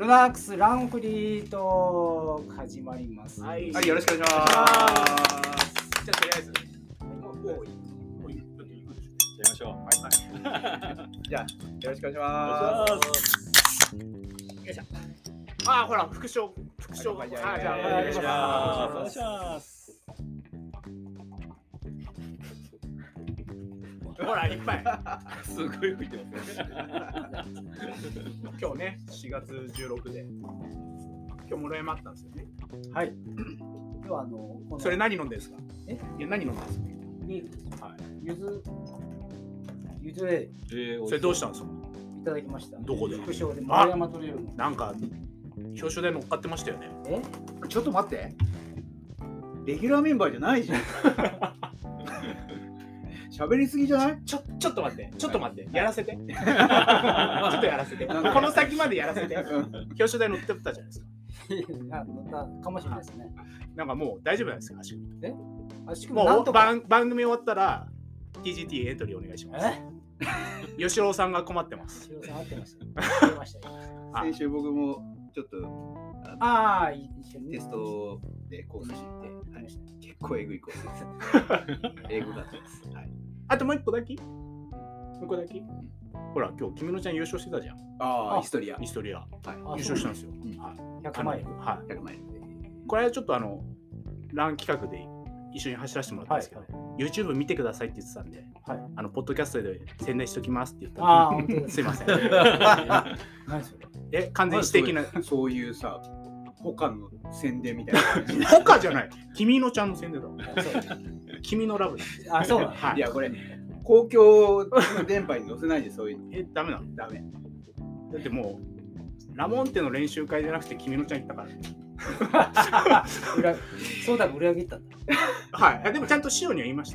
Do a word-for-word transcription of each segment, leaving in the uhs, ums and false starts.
ルナックスランフリート始まります。 はい、 はい、よろしくお願いします。 じゃあとりあえず、ね、 おい、おい、ちょっと行くですね。やりましょう。はい。じゃあよろしくお願いします。 よいしょ。あ、ほら副賞副賞が、 はい、 じゃあじゃあお願いします。 お願いします。ほらいっぱい。 すごい吹いてますね。 今日ねしがつじゅうろくで今日もらいまったんですよね。 はい。今日はあのこのそれ何飲んでんですか？ え？ いや何飲んでんですか？ ビールです。 はい。 ゆずゆずエえー、 それどうしたんですか？ いただきました。 どこで？ 副賞で丸山トレイルの。 なんか表彰台乗っかってましたよね。 え？ ちょっと待って。レギュラーメンバーじゃないじゃん。喋りすぎじゃない？ ちょちょっと待ってちょっと待ってやらせて。ちょっとやらせて。この先までやらせて。表彰台乗ってたじゃないですか。 あ、乗ったかもしれないですね。 なんかもう大丈夫なんですか？足首。 え？足首もなんとか。 う番番組終わったら ティージーティー エントリーお願いします。 え？ 吉郎さんが困ってます。 吉郎さん合ってました。合ってましたよ。 先週僕もちょっとああ、一緒にテストでコースして、はい、結構えぐいコースです。英語だったです。はい。 あともう一個だけもう一個だけ、うん、ほら今日君のちゃん優勝してたじゃん。 ああ、ヒストリアヒストリア、はい、優勝したんですよ。うん、はい、 ひゃくマイル。 はい、 ひゃくマイル。 これはちょっとあのラン企画で一緒に走らせてもらったんですけど、はいはい、YouTube 見てくださいって言ってたんで、はい、あのポッドキャストで宣伝しときますって言ったら、 あ本当ですすいません。 何それ？ え、完全に私的なそういうさ、他の宣伝みたいな感じ。 他じゃない。君のちゃんの宣伝だ。君のラブです。 あ、そうだ。 はい、いやこれ公共の電波に載せないでそういうの。 え、ダメなの？ダメ。だってもうラモンテの練習会じゃなくて君のちゃん行ったからね。 裏そうだ、裏切ったんだ。 はい。でもちゃんと塩には言いました。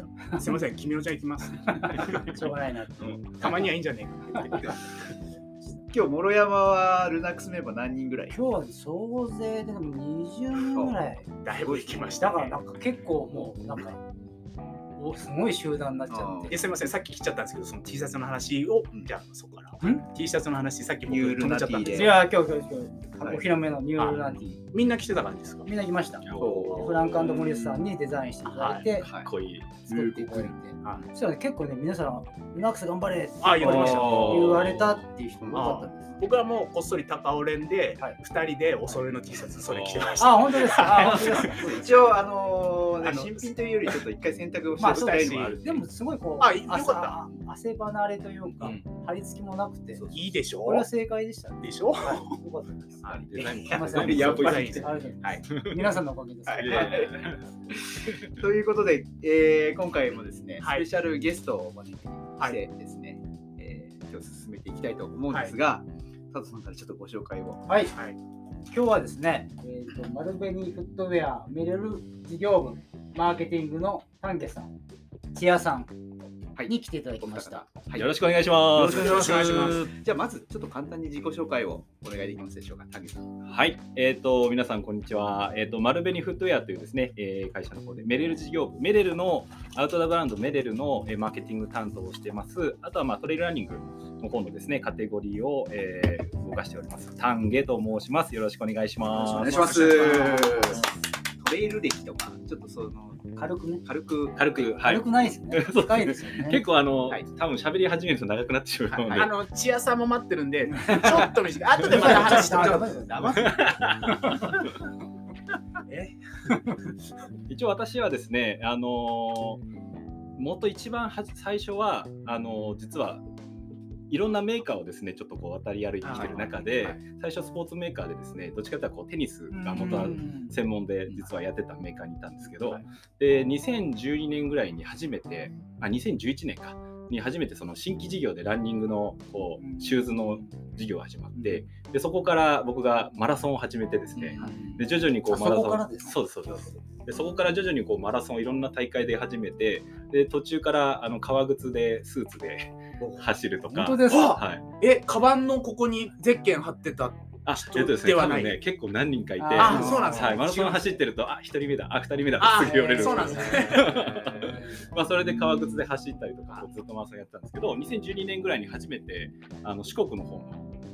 すいません、君のちゃん行きます。 しょうがないなって。 たまにはいいんじゃねえか。 今日諸山はルナックスメンバー何人ぐらい？ 今日は総勢でもにじゅうにんぐらい。 だいぶ行きました、 ね。だからなんか結構もうなんかおすごい集団になっちゃって。 え、すみません、さっき来ちゃったんですけど、その T シャツの話を、うん、じゃあそこから。T シャツの話さっき僕止めちゃったんです。 いや今日今日今日お披露目のニュールナティ。 みんな来てた感じですか？ みんな来ました。フランク&モリスさんにデザインしていただいて、 かっこいい作っていただいて、そしたら結構ね皆さんルナックス頑張れって言ってました。 言われたっていう人も多かったんです。 僕はもうこっそり高尾連でふたりでお揃いの T シャツそれ着てました。 あ、本当ですか。 一応あの新品というよりちょっと一回洗濯をしてしたいのもある。でもすごいこう、 あ、よかった。 汗離れというか張り付きもなくていいでしょう。 これは正解でしたでしょ。よかったです。 デザインすいません。 やっぱりはい。皆さんのおかげです。 ということで、えー、今回もですね、スペシャルゲストをお招きしてですね、えー、今日進めていきたいと思うんですが、佐藤さんからちょっとご紹介を。 はい。はい、今日はですね、えーと、丸紅フットウェアメレル事業部マーケティングの丹下さん、千谷さんに来ていただきました。 はい、よろしくお願いします。 よろしくお願いします。じゃあまずちょっと簡単に自己紹介をお願いできますでしょうか、丹下さん。 はい、えっ、ー、と皆さんこんにちは。えっ、ー、と丸紅フットウェアというですね、えー、会社の方でメレル事業部、メレルのアウトドアブランドメレルの、えー、マーケティング担当をしてます。あとはまあトレイルランニングの方のですねカテゴリーを、えー、動かしております。丹下と申します。よろしくお願いします。 お願いします。トレイル歴とかちょっとその軽くね軽く軽く軽くないですね。深いですよね。 結構あの、はい、多分喋り始めると長くなってしまうので、 はい、あの千谷さんも待ってるんでちょっと短い。後でまた話してもらう。 え一応私はですね、あのもっと一番は最初はあの実はいろんなメーカーをですねちょっとこう渡り歩いてきてる中で、はい、最初スポーツメーカーでですねどっちかというとこうテニスが元は専門で実はやってたメーカーにいたんですけど、はい、でにせんじゅうにねんぐらいに初めてあにせんじゅういちねんかに初めてその新規事業でランニングのこうシューズの事業が始まって、でそこから僕がマラソンを始めてですね、で徐々にこうマラソンそこからですか？ そうですそうですでそこから徐々にこうマラソンをいろんな大会で始めて、で途中からあの革靴でスーツで走るとか。 本当ですか？ はい、 え、カバンのここにゼッケン貼ってたあ、えっとですね、多分ね、結構何人かいて、 あ、そうなんですね。 はい、マラソン走ってると、あ、一人目だ、あ、二人目だってすぐ言われるんですよ。 そうなんですね。 まあそれで革靴で走ったりとかずっとマラソンやってたんですけど、にせんじゅうにねんぐらいに初めてあの四国の方の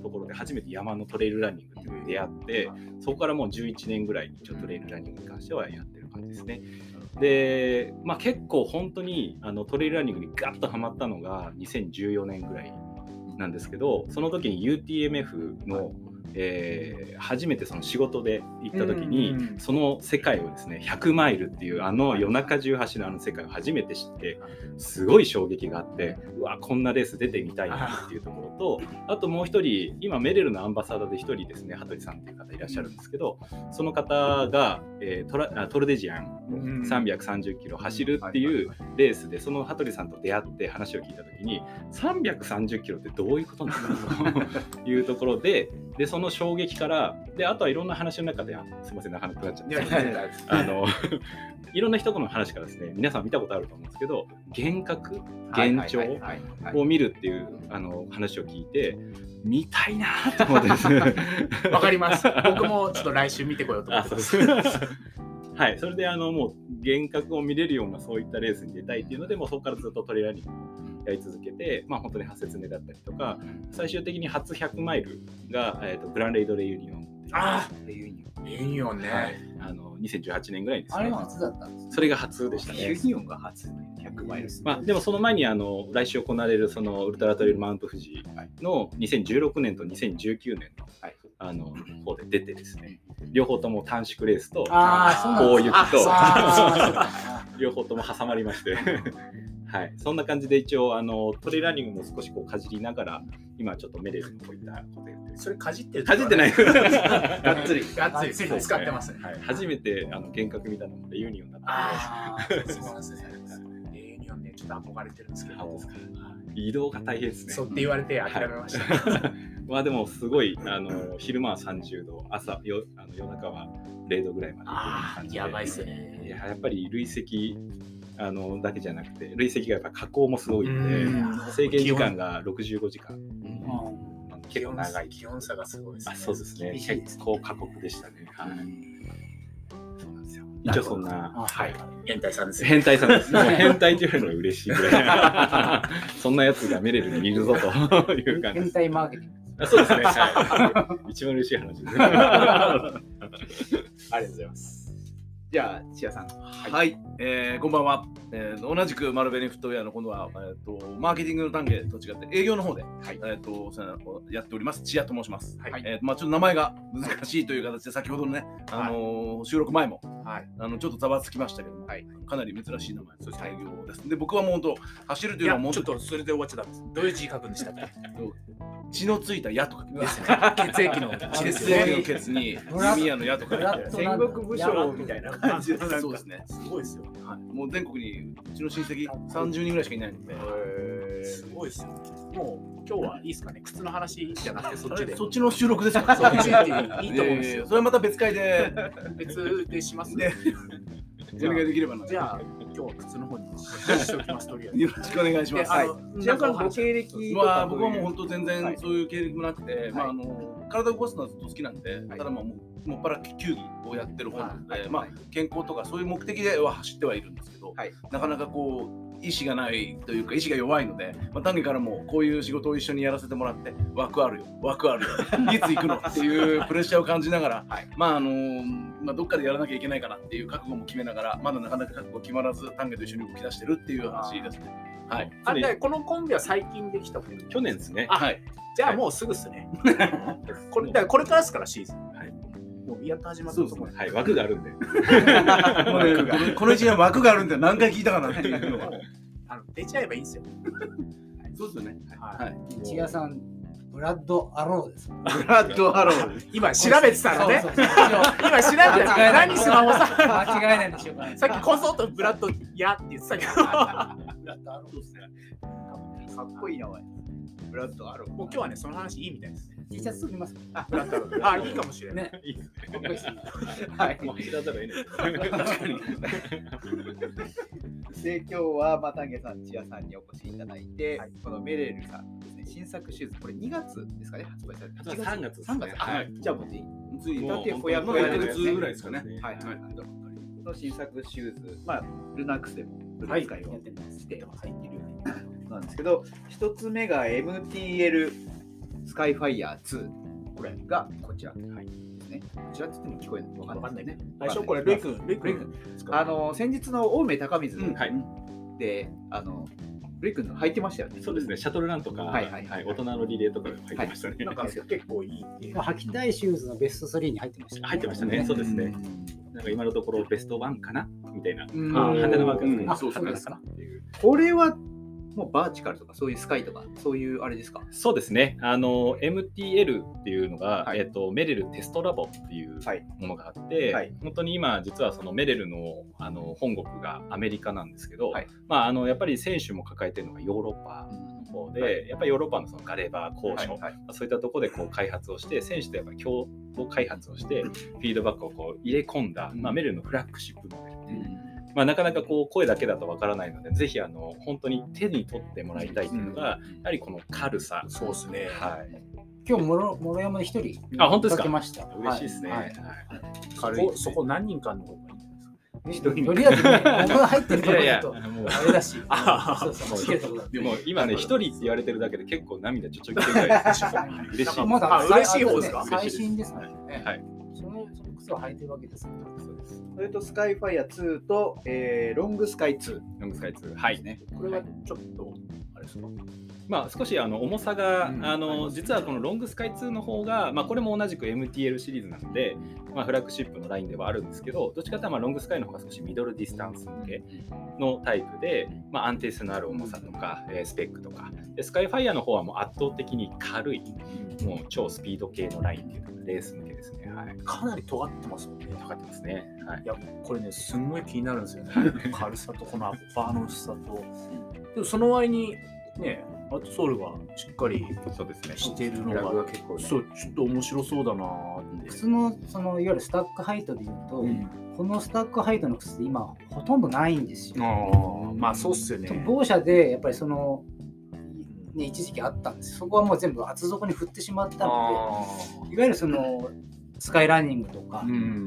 ところで初めて山のトレイルランニングっていうのに出会って、そこからもうじゅういちねんぐらい一応トレイルランニングに関してはやってる感じですね。で、まあ、結構本当にあのトレイルランニングにガッとハマったのがにせんじゅうよねんぐらいなんですけど、その時に ユーティーエムエフ の、えー、初めてその仕事で行った時に、うんうん、その世界をですねひゃくマイルっていうあの夜中中走るあの世界を初めて知ってすごい衝撃があって、うわこんなレース出てみたいなっていうところと、あともう一人今メレルのアンバサダーで一人ですね羽鳥さんっていう方いらっしゃるんですけど、その方が、えー、トラトルデジアンさんびゃくさんじゅっキロ走るっていうレースでその羽鳥さんと出会って話を聞いた時にさんびゃくさんじゅっキロってどういうことなんだというところで、でその衝撃からで、あとはいろんな話の中で、あすみません長くなっちゃってあのいろんな人の話からですね、皆さん見たことあると思うんですけど、幻覚幻聴を見るっていうあの話を聞いて見たいなと思ってですねわかります。僕もちょっと来週見てこようと思ってます。 はい、それであのもう幻覚を見れるようなそういったレースに出たいっていうので、もうそこからずっとトレーラーニングをやり続けて、まあ、本当にはち節目だったりとか、最終的に初ひゃくマイルが、えー、とグランレイドレユニオン。 ああ、レユニオン。レユニオンね。 はい、あのにせんじゅうはちねんぐらいですね。 あれは初だったんですか？ それが初でしたね。 レユニオンが初ひゃくマイル。 まあ、でもその前にあの来週行われるそのウルトラトレイルマウント富士のにせんじゅうろくねんとにせんじゅうきゅうねんの、はい、あの方で出てですね、両方とも短縮レースと大雪と両方とも挟まりましてはい、そんな感じで一応あのトレイルランニングも少しこうかじりながら今ちょっとメレルのこういったことやってる。 それかじってる？ かじってない。 がっつりがっつり使ってますね。 はい、初めてあの幻覚見たのもレユニオンだった。 ああ、そうなんですね。レユニオンね、ちょっと憧れてるんですけど、 移動が大変ですね。 そうって言われて諦めました。 はい、まあでもすごいあの昼間はさんじゅうど、朝よあの夜中はれいどぐらいまでああ、やばいですね。 いややっぱり累積あのだけじゃなくて累積がやっぱ加工もすごいので、制限時間がろくじゅうごじかん、うん、結構長い。 気温差がすごいですね。 あ、そうですね。結構過酷でしたね。はい。そうなんですよ。一応そんな、 はい、変態さんです。 変態さんです。変態というのが嬉しいぐらい。そんなやつがメレルにいるぞという感じ。 変態マーケティング。 そうですね。はい、一番嬉しい話ですね。 ありがとうございます。 じゃあ、千谷さん。 はい、はい、えー、こんばんは。えー、同じくマルベニフットウェアの今度は、えー、とマーケティングの単元と違って営業の方で、はい、えー、とやっております千谷と申します。はい、えーまあ、ちょっと名前が難しいという形で先ほどのね、あのーはい、収録前も、はい、あのちょっとざわつきましたけども、はい、かなり珍しい名前、そして営業です。で、僕はもう本当走るというのはもうちょっとそれで終わっちゃったんです。どういう字書くんでしたっけ？ 血のついた矢とかですね。血液の血ですね。 血液の血に弓矢の矢とか戦国武将みたいな感じで、 そうですね。 すごいですよ。 はい、もう全国にうちの親戚さんじゅうにんぐらいしかいないので、 すごいですよ。もう今日はいいですかね。靴の話じゃなくてそっちで。 そっちの収録ですか？ そっちでいいと思うんですよ。 それはまた別会で別でしますね。 お願いできればな。 じゃあ今日は靴の方にしておきます。とりあえずよろしくお願いします。はい。 千谷さんご経歴とか、まあ僕はもう本当全然そういう経歴もなくて、まああの体を動かすのはずっと好きなんで、ただまあもうもっぱら球技をやってる方なので、まあ健康とかそういう目的では走ってはいるんですけど、なかなかこう意志がないというか意志が弱いので、まあ、丹下からもこういう仕事を一緒にやらせてもらって枠あるよ枠あるよいつ行くのっていうプレッシャーを感じながら、はい、まああのー、まあどっかでやらなきゃいけないかなっていう覚悟も決めながら、まだなかなか覚悟決まらず丹下と一緒に動き出してるっていう話ですね。はい。 あでこのコンビは最近できた去年ですね。 はい。じゃあもうすぐっすね。これだこれからですからシーズン。はい。もうやっと始まったところ、 はい、枠があるんで。 この一年枠があるんで何回聞いたかなっていうのは。 あの出ちゃえばいいんですよ。 そうですよね。 はい。千谷さん、ブラッドアローです。ブラッドアロー。 今調べてたのね。今調べてた。何スマホさ。 間違いないんでしょうかね。 さっきこそっとブラッドやって言ってたけど。ブラッドアローですね。 かっこいい名前。ブラッドアロー。 もう今日はねその話いいみたいですね。 T シャツ作ります。 あ、ブラッドアロー。あ、いいかもしれない。 ね。いいですね。 はい。 もう知らざるを得ない。 確かに。で今日はまあ丹下さん、千谷さんにお越しいただいて、はい、このメレルさんですね、新作シューズ、これにがつですかね、発売された。 さんがつ。 さんがつ。 はい。 じゃあもうついだってほやほやぐらいですかね。 はい。の新作シューズ、まあルナックスでも取り扱いをして入っているようなんですけど、一つ目が エムティーエル ススカイファイヤーツー、これがこちら、はい、ですね。こちらって言っても聞こえるのか分かんないですね。 最初これレイ君、レイ君、 あの先日の青梅高水で、 うん、はい、 あのレイ君の入ってましたよね。 そうですね。シャトルランとか、はいはいはい、大人のリレーとか入ってましたね。 なんか結構いいっていう。 履きたいシューズのベストスリーに入ってましたね。 入ってましたね。そうですね。なんか今のところベストワンかなみたいな。ハテナマークですね。 あ、そうそうですか。これはもうバーチカルとかそういうスカイとかそういうあれですか？ そうですね。あの エムティーエル っていうのが、はい、えっとメレルテストラボっていうものがあって、はい、本当に今実はそのメレルのあの本国がアメリカなんですけど、はい、まああのやっぱり選手も抱えてるのがヨーロッパの方で、はい、やっぱりヨーロッパのそのガレバー交渉、はいはい、そういったところでこう開発をして選手とやっぱり共同開発をしてフィードバックをこう入れ込んだ、まあ、メレルのフラッグシップモデル。うんまあ、なかなかこう声だけだとわからないので、ぜひあの本当に手に取ってもらいたいというのが、うん、やはりこの軽さ。 そうですね。 はい。 今日もろ山で一人あ本当ですか。 かけました。 嬉しいですね。はいはいはい、そこそこ何人かの方がいいんですか。 一人とりあえずね、僕が入ってるところだとあれだし。 あそうそう。 でも今ね一人って言われてるだけで結構涙ちょちょい出るぐらいでしょ。嬉しい。 まだ嬉しい方ですか。 最新ですね。 はい。 そのその靴を履いてるわけです。 そうです。 それとスカイファイヤーツーと、えー、ロングスカイツー。 ロングスカイツー。はいね。これはちょっとあれですか。 まあ少しあの重さが、うん、あの実はこのロングスカイツーの方が、まあこれも同じく エムティーエル シリーズなので、まあフラッグシップのラインではあるんですけど、どっちかというとまあロングスカイの方が少しミドルディスタンス向けのタイプで、まあ安定性のある重さとか、えー、スペックとか、でスカイファイヤーの方はもう圧倒的に軽い、もう超スピード系のラインっていうかレース向けですね。はい。 かなり尖ってますもんね。 尖ってますね。はい。 いやこれねすんごい気になるんですよね。軽さとこのアッパーの薄さと、でもその割にね。アウトソールがしっかりしてるのが結構、ね、そうちょっと面白そうだなって。 靴のそのいわゆるスタックハイトでいうと、うん、このスタックハイトの靴って今ほとんどないんですよ。 あまあそうっすよね。 某社でやっぱりその、ね、一時期あったんです。そこはもう全部厚底に振ってしまったので、いわゆるそのスカイランニングとか、うん、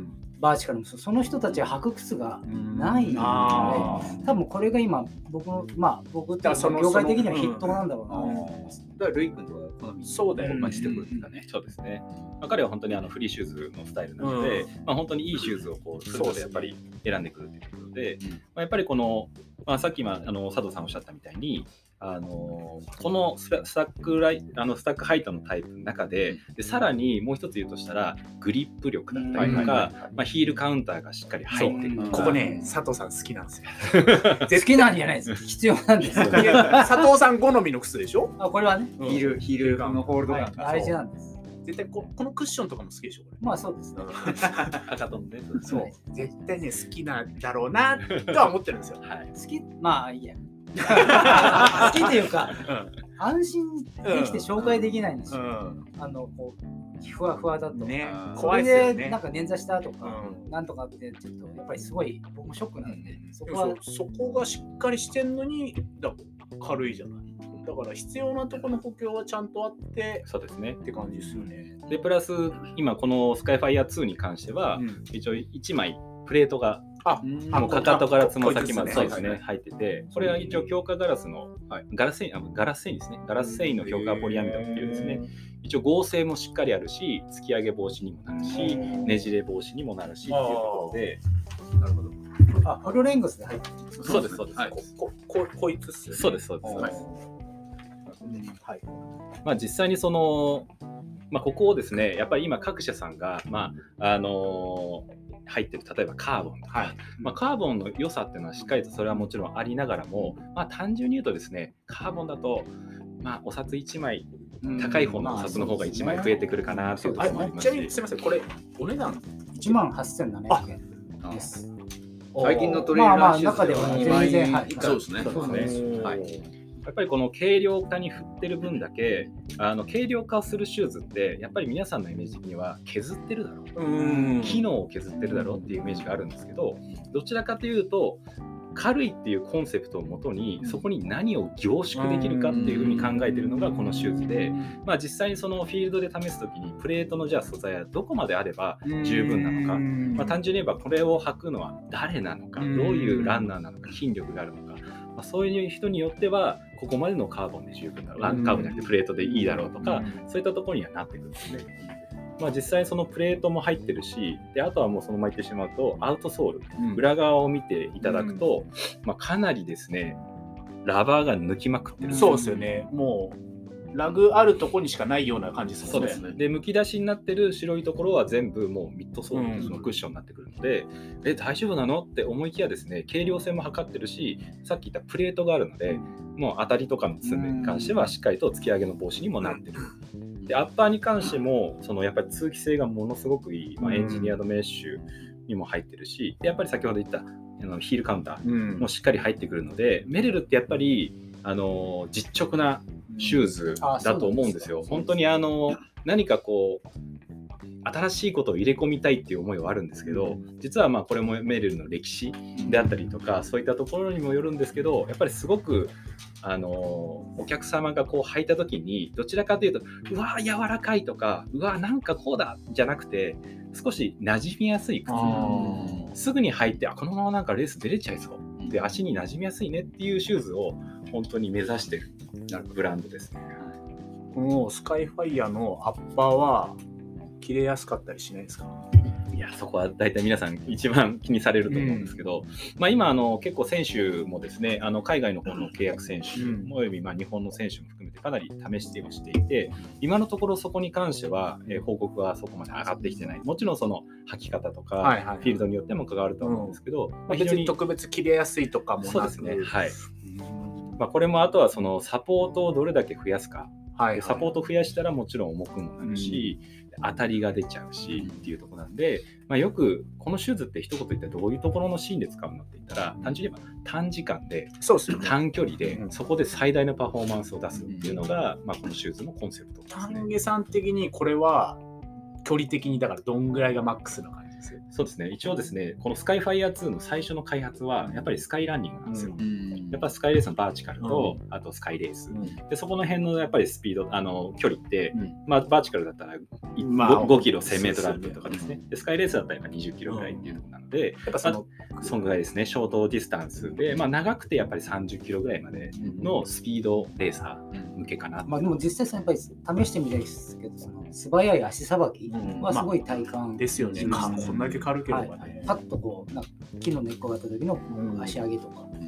バーチカルもその人たちが履く靴がないので、多分これが今僕のまあ僕って業界的には筆頭なんだろうなと思います。 だからルイ君とか好みそうだよね。 してくるんですかね。 そうですね。まあ、彼は本当にあのフリーシューズのスタイルなので、うんまあ、本当にいいシューズをこうするのでやっぱり選んでくるというところで、うんまあ、やっぱりこの、まあ、さっき今あの佐藤さんおっしゃったみたいにあのこのスタックライあのスタックハイトのタイプの中で、でさらにもう一つ言うとしたらグリップ力だったりとか、まあ、ヒールカウンターがしっかり入ってる。 ここね佐藤さん好きなんですよ。 好きなんじゃないです。必要なんですよ。 佐藤さん好みの靴でしょ。 あこれはね、 ヒールヒールのホールド感が大事なんです。 絶対 こ, このクッションとかも好きでしょこれ。 まあそうですね。 赤とんで、 そう絶対ね好きなんだろうなとは思ってるんですよ。 はい、好きまあいいや。好きっていうか、うん、安心できて紹介できないんですよ。うん、あのこうふわふわだと、ね、怖いですよね。でなんか捻挫したとか、うん、なんとかってちょっとやっぱりすごい僕もショックなんで、うん、そこはそ, そこがしっかりしてんのにだ軽いじゃない。だから必要なところの補強はちゃんとあって、 そうですねって感じですよね。 でプラス今このスカイファイヤーツーに関しては、うん、一応いちまいプレートがあもうかかとからつま先までそうですね入ってて、これは一応強化ガラスの、はい、ガラス繊維あガラス繊維ですね。ガラス繊維の強化ポリアミドっていうですね、一応合成もしっかりあるし、突き上げ防止にもなるし、ねじれ防止にもなるしっていうところで、 なるほど。 あ、フルレングスで入ってる。 そうですそうです。 はい、こここいつっす、ね。 そうですそうです。はい。 はい、 まあ実際にそのまあここをですね、やっぱり今各社さんがまああのー入ってる例えばカーボンとか、はいまあ、カーボンの良さっていうのはしっかりとそれはもちろんありながらも、まあ、単純に言うとですねカーボンだと、まあ、お札いちまい高い方のお札の方がいちまい増えてくるかなというところもありますし、 ちなみにすみませんこれお値段いちまんはっせんななひゃくえんです。 最近のトレーナーシューズでは全然、はい、 そうですね。 そうですね。はい。やっぱりこの軽量化に振ってる分だけあの軽量化をするシューズってやっぱり皆さんのイメージ的には削ってるだろう、うん機能を削ってるだろうっていうイメージがあるんですけど、どちらかというと軽いっていうコンセプトをもとにそこに何を凝縮できるかっていうふうに考えているのがこのシューズで、まあ、実際にそのフィールドで試すときにプレートのじゃあ素材はどこまであれば十分なのか、まあ、単純に言えばこれを履くのは誰なのか、どういうランナーなのか、筋力があるのか、 まあ、そういう人によってはここまでのカーボンで十分だろう、ランカーボンじゃなくてプレートでいいだろうとか、そういったところにはなってくるんですね。まあ、実際そのプレートも入ってるし、であとはもうそのまま言ってしまうとアウトソール、うん、裏側を見ていただくと、うんまあ、かなりですねラバーが抜きまくってる。 そうですよね。もうラグあるところにしかないような感じですね。 そうですね。で、むき出しになってる白いところは全部もうミッドソールのクッションになってくるので、うん、え大丈夫なのって思いきやですね、軽量性も測ってるし、さっき言ったプレートがあるので、もう当たりとかの爪に関してはしっかりと突き上げの防止にもなってる。でアッパーに関してもそのやっぱり通気性がものすごくいい、まあ、エンジニアードメッシュにも入ってるし、でやっぱり先ほど言ったあのヒールカウンターもしっかり入ってくるので、うん、メレルってやっぱりあの実直なシューズだと思うんですよ。本当にあの何かこう新しいことを入れ込みたいっていう思いはあるんですけど、実はまあこれもメレルの歴史であったりとかそういったところにもよるんですけど、やっぱりすごくあのお客様がこう履いた時にどちらかというとうわー柔らかいとかうわーなんかこうだじゃなくて、少し馴染みやすい靴、すぐに履いてあこのままなんかレース出れちゃいそうで足に馴染みやすいねっていうシューズを本当に目指してるブランドですね。 このスカイファイヤーのアッパーは切れやすかったりしないですか？ いやそこは大体皆さん一番気にされると思うんですけど、うんまあ、今あの結構選手もですねあの海外の方の契約選手、うん、およびまあ日本の選手も含めてかなり試してはしていて、今のところそこに関しては、えー、報告はそこまで上がってきてない。もちろんその履き方とか、はいはい、フィールドによっても関わると思うんですけど、うんまあ、別に特別切れやすいとかもなく。 そうですね、はいまあ、これもあとはそのサポートをどれだけ増やすか、はいはい、サポートを増やしたらもちろん重くもなるし、うん、当たりが出ちゃうしっていうところなんで、まあ、よくこのシューズって一言言ったらどういうところのシーンで使うのって言ったら、単純に言えば短時間で短距離でそこで最大のパフォーマンスを出すっていうのが、まあ、このシューズのコンセプトですね。 丹下さん的にこれは距離的にだからどんぐらいがマックスな感じですか？ そうですね、一応ですねこのスカイファイヤーツーの最初の開発はやっぱりスカイランニングなんですよ、うん、やっぱスカイレースのバーチカルと、うん、あとスカイレース、うん、でそこの辺のやっぱりスピードあの距離って、うんまあ、バーチカルだったら ご,、まあ、ごキロせんメートルあるとかですね、でスカイレースだったらにじゅっキロぐらいっていうところなので、やっぱそのそのぐらいですね、ショートディスタンスで、まあ、長くてやっぱりさんじゅっキロぐらいまでのスピードレーサー向けかな、 うんまあ、でも実際やっぱり試してみたいですけど、その素早い足さばきはすごい体感、うんまあ、 ですよね、こんだけ軽ければね、はい、 パッとこうなんか木の根っこがあった時の足上げとか、うん、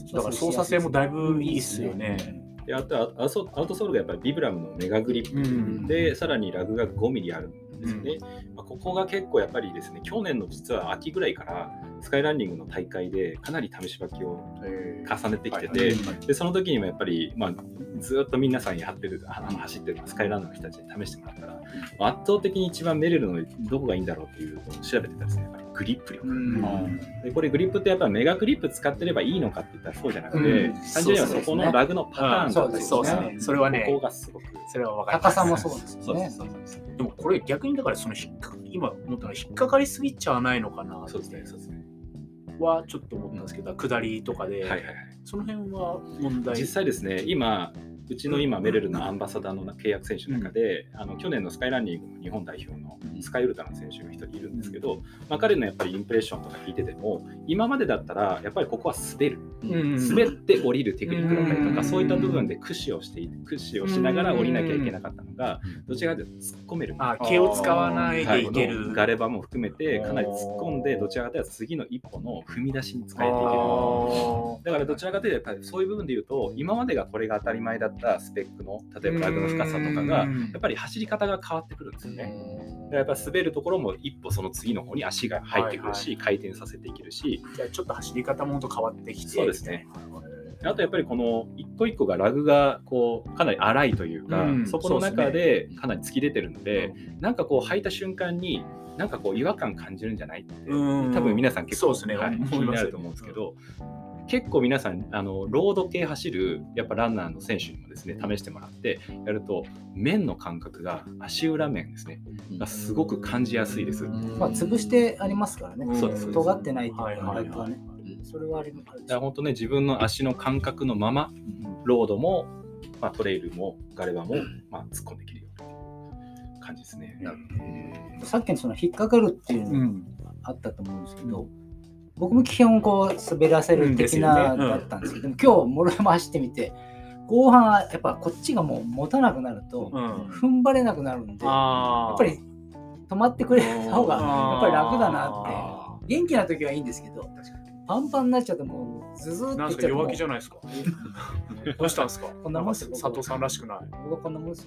だから操作性もだいぶいいですよね。 であとアウトソールがやっぱりビブラムのメガグリップ、うん、でさらにラグがごミリあるんですよね、うんまあ、ここが結構やっぱりですね、去年の実は秋ぐらいからスカイランニングの大会でかなり試し履きを重ねてきてて、でその時にもやっぱり、まあ、ずっと皆さんやってるあの走ってるスカイランナーの人たちに試してもらったら、圧倒的に一番メレルのどこがいいんだろうっていうのを調べてたらですね、やっぱりグリップ力、うん、でこれグリップってやっぱりメガグリップ使ってればいいのかって言ったらそうじゃなくて、うん、単純にはそこのラグのパターンだったりとか、 ね、それはね、 ここがすごくそれは分かります。高さもそうですよね。そうですでもこれ逆にだからその引っか今思ったのは引っかかりすぎちゃわないのかな。 そうですね、そうですね。 はちょっと思ったんですけど、うん、下りとかで、はいはいはい、その辺は問題。 実際ですね、今うちの今メレルのアンバサダーの契約選手の中で、うん、あの去年のスカイランニングの日本代表のスカイウルトラの選手が一人いるんですけど、うんまあ、彼のやっぱりインプレッションとか聞いてても、今までだったらやっぱりここは滑る、うん、滑って降りるテクニックだったりとか、うん、そういった部分で駆使をして駆使をしながら降りなきゃいけなかったのが、うん、どちらかというと突っ込める、 あ気を使わないでいける、 はい、ガレバも含めてかなり突っ込んで、どちらかというと次の一歩の踏み出しに使えていける。だからどちらかというとやっぱりそういう部分で言うと、今までがこれが当たり前だったスペックの例えばラグの深さとかがやっぱり走り方が変わってくるんですよね。やっぱ滑るところも一歩その次の方に足が入ってくるし、はいはい、回転させていけるし、 じゃあちょっと走り方も変わってきて、 そうですね。あとやっぱりこの一個一個がラグがこうかなり粗いというか、うん、そこの中でかなり突き出てるので、うん、なんかこう履いた瞬間になんかこう違和感感じるんじゃないって、うん、多分皆さん結構、ねはい、気になると思うんですけど、結構皆さんあのロード系走るやっぱランナーの選手にもですね試してもらってやると、面の感覚が足裏面ですねがすごく感じやすいです。 まあ潰してありますからね。そうです。尖ってないっていうか、はいはいはい、それはあります。 だから本当ね、自分の足の感覚のままロードも、まあ、トレイルもガレバも、まあ、突っ込んできるような感じですね。 さっきのその引っかかるっていうのあったと思うんですけど、 僕も基本こう滑らせる的なだったんですけど、うん、でも今日モロヤマ走ってみて後半はやっぱこっちがもう持たなくなると踏ん張れなくなるんで、うん、やっぱり止まってくれた方がやっぱり楽だなって。元気な時はいいんですけど、パンパンになっちゃってもうズズっていっちゃって。なんか弱気じゃないですか。どうしたんですか。 こんなもんですよ。 佐藤さんらしくない。 僕はこんなもんですよ。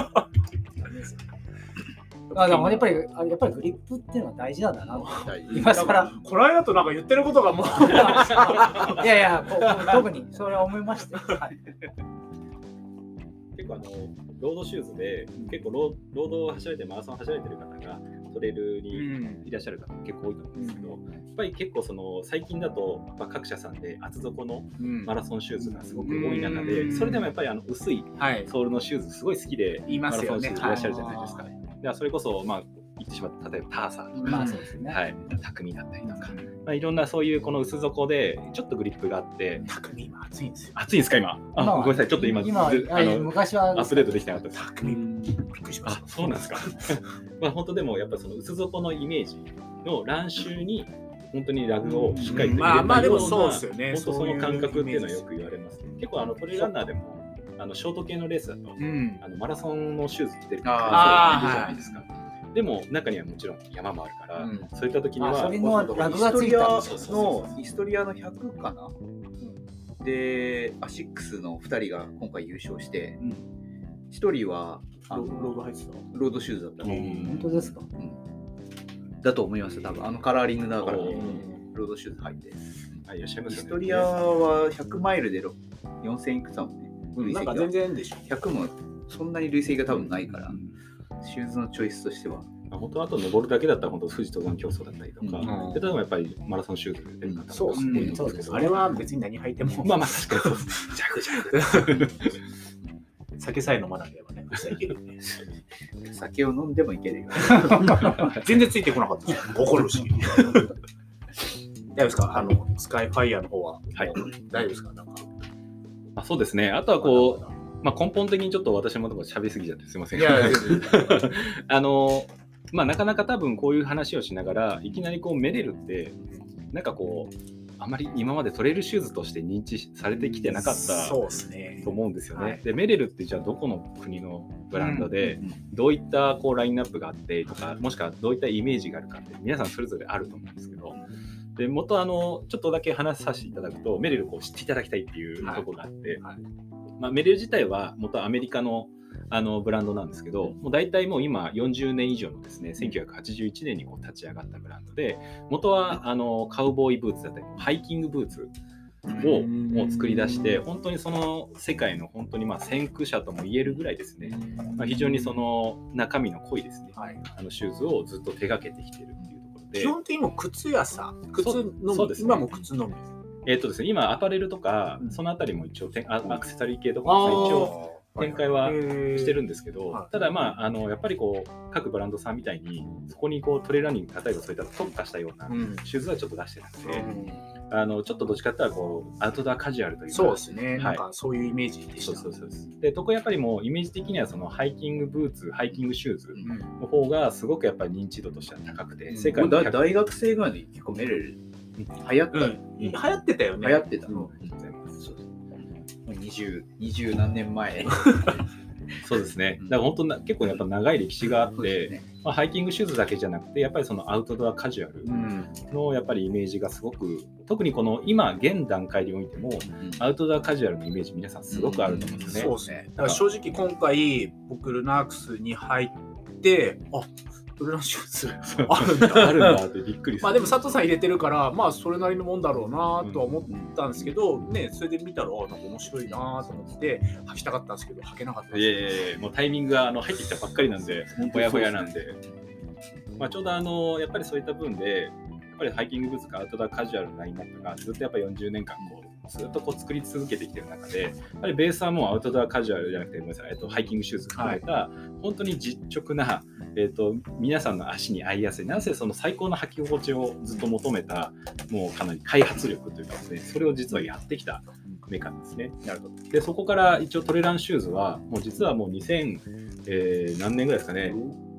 あでもやっぱりやっぱりグリップっていうのは大事なんだな。 今更この間となんか言ってることがもういやいや特にそれは思いました。はい、 結構あのロードシューズで結構ローロードを走られてマラソンを走られてる方がトレイルにいらっしゃる方結構多いと思うんですけど、うん、やっぱり結構その最近だと、まあ、各社さんで厚底のマラソンシューズがすごく多い中で、うん、それでもやっぱりあの薄いソールのシューズすごい好きで、はい、マラソンシューズいらっしゃるじゃないですか。ではそれこそまあ言ってしまった例えばターサーとか、まあそうですね、はい、匠だったりとか、まあ、いろんなそういうこの薄底でちょっとグリップがあって匠今暑いんですよ。 暑いんですか今。あ、ごめんなさいちょっと今今あの昔はアップデートできてなかった。 匠びっくりしました。 あ、そうなんですか。まあ本当でもやっぱその薄底のイメージのランシューに本当にラグをしっかりと入れたような本当その感覚っていうのはよく言われますね。結構あのトレイランナーでもあのショート系のレースだと、うん、あのマラソンのシューズ着てる方いるじゃないですか。でも中にはもちろん山もあるから、うん、そういった時にはそれのラグがついたのイストリアのひゃくかな、うん、でアシックスのふたりが今回優勝して、うん、ひとりはあのロード入ってたロードシューズだったの、 うん、本当ですか、うん、 だと思います多分あのカラーリングだから、ね、ロードシューズ入って、あ、いらっしゃいますね。イストリアはひゃくマイルでよんせんいくつだもんね、 うん、なんか全然でしょ。 ひゃくもそんなに累積が多分ないから、うん、シューズのチョイスとしては本当はあと登るだけだったら本当富士登山競争だったりとか、うん、で例えばやっぱりマラソンシューズで出る方とか多いんですけど、 あれは別に何履いてもまあまあ確かにそうジャグジャグ酒さえ飲まなければね、いけるね。 酒を飲んでもいけるよ。 全然ついてこなかったです。怒るし。大丈夫ですか、あのスカイファイヤーの方は、はい、大丈夫ですか。なんかあ、そうですね。あとはこう、まあ、根本的にちょっと私もとこ喋りすぎちゃってすいません。いやあのまあ、なかなか多分こういう話をしながらいきなりこうメレルってなんかこうあまり今までトレイルシューズとして認知されてきてなかったと思うんですよね。はい、でメレルってじゃあどこの国のブランドでどういったこうラインナップがあってとか、もしくはどういったイメージがあるかって皆さんそれぞれあると思うんですけど、で元あのちょっとだけ話させていただくとメレルを知っていただきたいっていうところがあって、はいはい、まあ、メレル自体は元アメリカのあのブランドなんですけど、もう大体もう今よんじゅうねん以上のですねせんきゅうひゃくはちじゅういちねんにこう立ち上がったブランドで、元はあのカウボーイブーツだったりハイキングブーツをもう作り出して、本当にその世界の本当にまあ先駆者とも言えるぐらいですね、まあ、非常にその中身の濃いですね、はい、あのシューズをずっと手掛けてきているっていうところで、 基本的にも靴屋さん、靴のみ、ね、今も靴のみ。 えーとですね、今アパレルとか、うん、そのあたりも一応アクセサリー系とかも一応展開はしてるんですけど、はい、ただまああのやっぱりこう各ブランドさんみたいにそこにこうトレーラーニング、例えばそういった特化したようなシューズはちょっと出してるので、うん、あのちょっとどっちかっていうとこうアウトドアカジュアルというか、 そうですね、はい、なんかそういうイメージでした。 そうそうそう。でとこやっぱりもうイメージ的にはそのハイキングブーツ、ハイキングシューズの方がすごくやっぱり認知度としては高くて、うん、世界の大学生ぐらいで結構メレル流行った、うん、 流行ってたよね。 流行ってた。うん、二十、二十何年前。 そうですね。だから本当な結構やっぱ長い歴史があって、ね、まあ、ハイキングシューズだけじゃなくてやっぱりそのアウトドアカジュアルのやっぱりイメージがすごく、特にこの今現段階においても、うん、アウトドアカジュアルのイメージ皆さんすごくあると思うんですね。 そうですね。だから正直今回僕ルナークスに入ってあトレランシューズあるんだあるんだってびっくりする。 まあでも佐藤さん入れてるからまあそれなりのもんだろうなとは思ったんですけど、うん、ね、それで見たらなんか面白いなと思って履きたかったんですけど履けなかったです。 いやいやいや、もうタイミングがあの入ってきたばっかりなんでほやほやなんで、まあ、ちょうどあのやっぱりそういった分でやっぱりハイキングブーツかアウトドアカジュアルのラインナップがずっとやっぱりよんじゅうねんかんこうずっとこう作り続けてきてる中で、やっぱりベースはもうアウトドアカジュアルじゃなくてごめんなさい、えっと、ハイキングシューズ含めた、はい、本当に実直な、えっと、皆さんの足に合いやすい、なぜその最高の履き心地をずっと求めたもうかなり開発力というかですね、それを実はやってきたメーカーですね。なるほど。でそこから一応トレランシューズはもう実はもうにせん、えー、何年ぐらいですかね、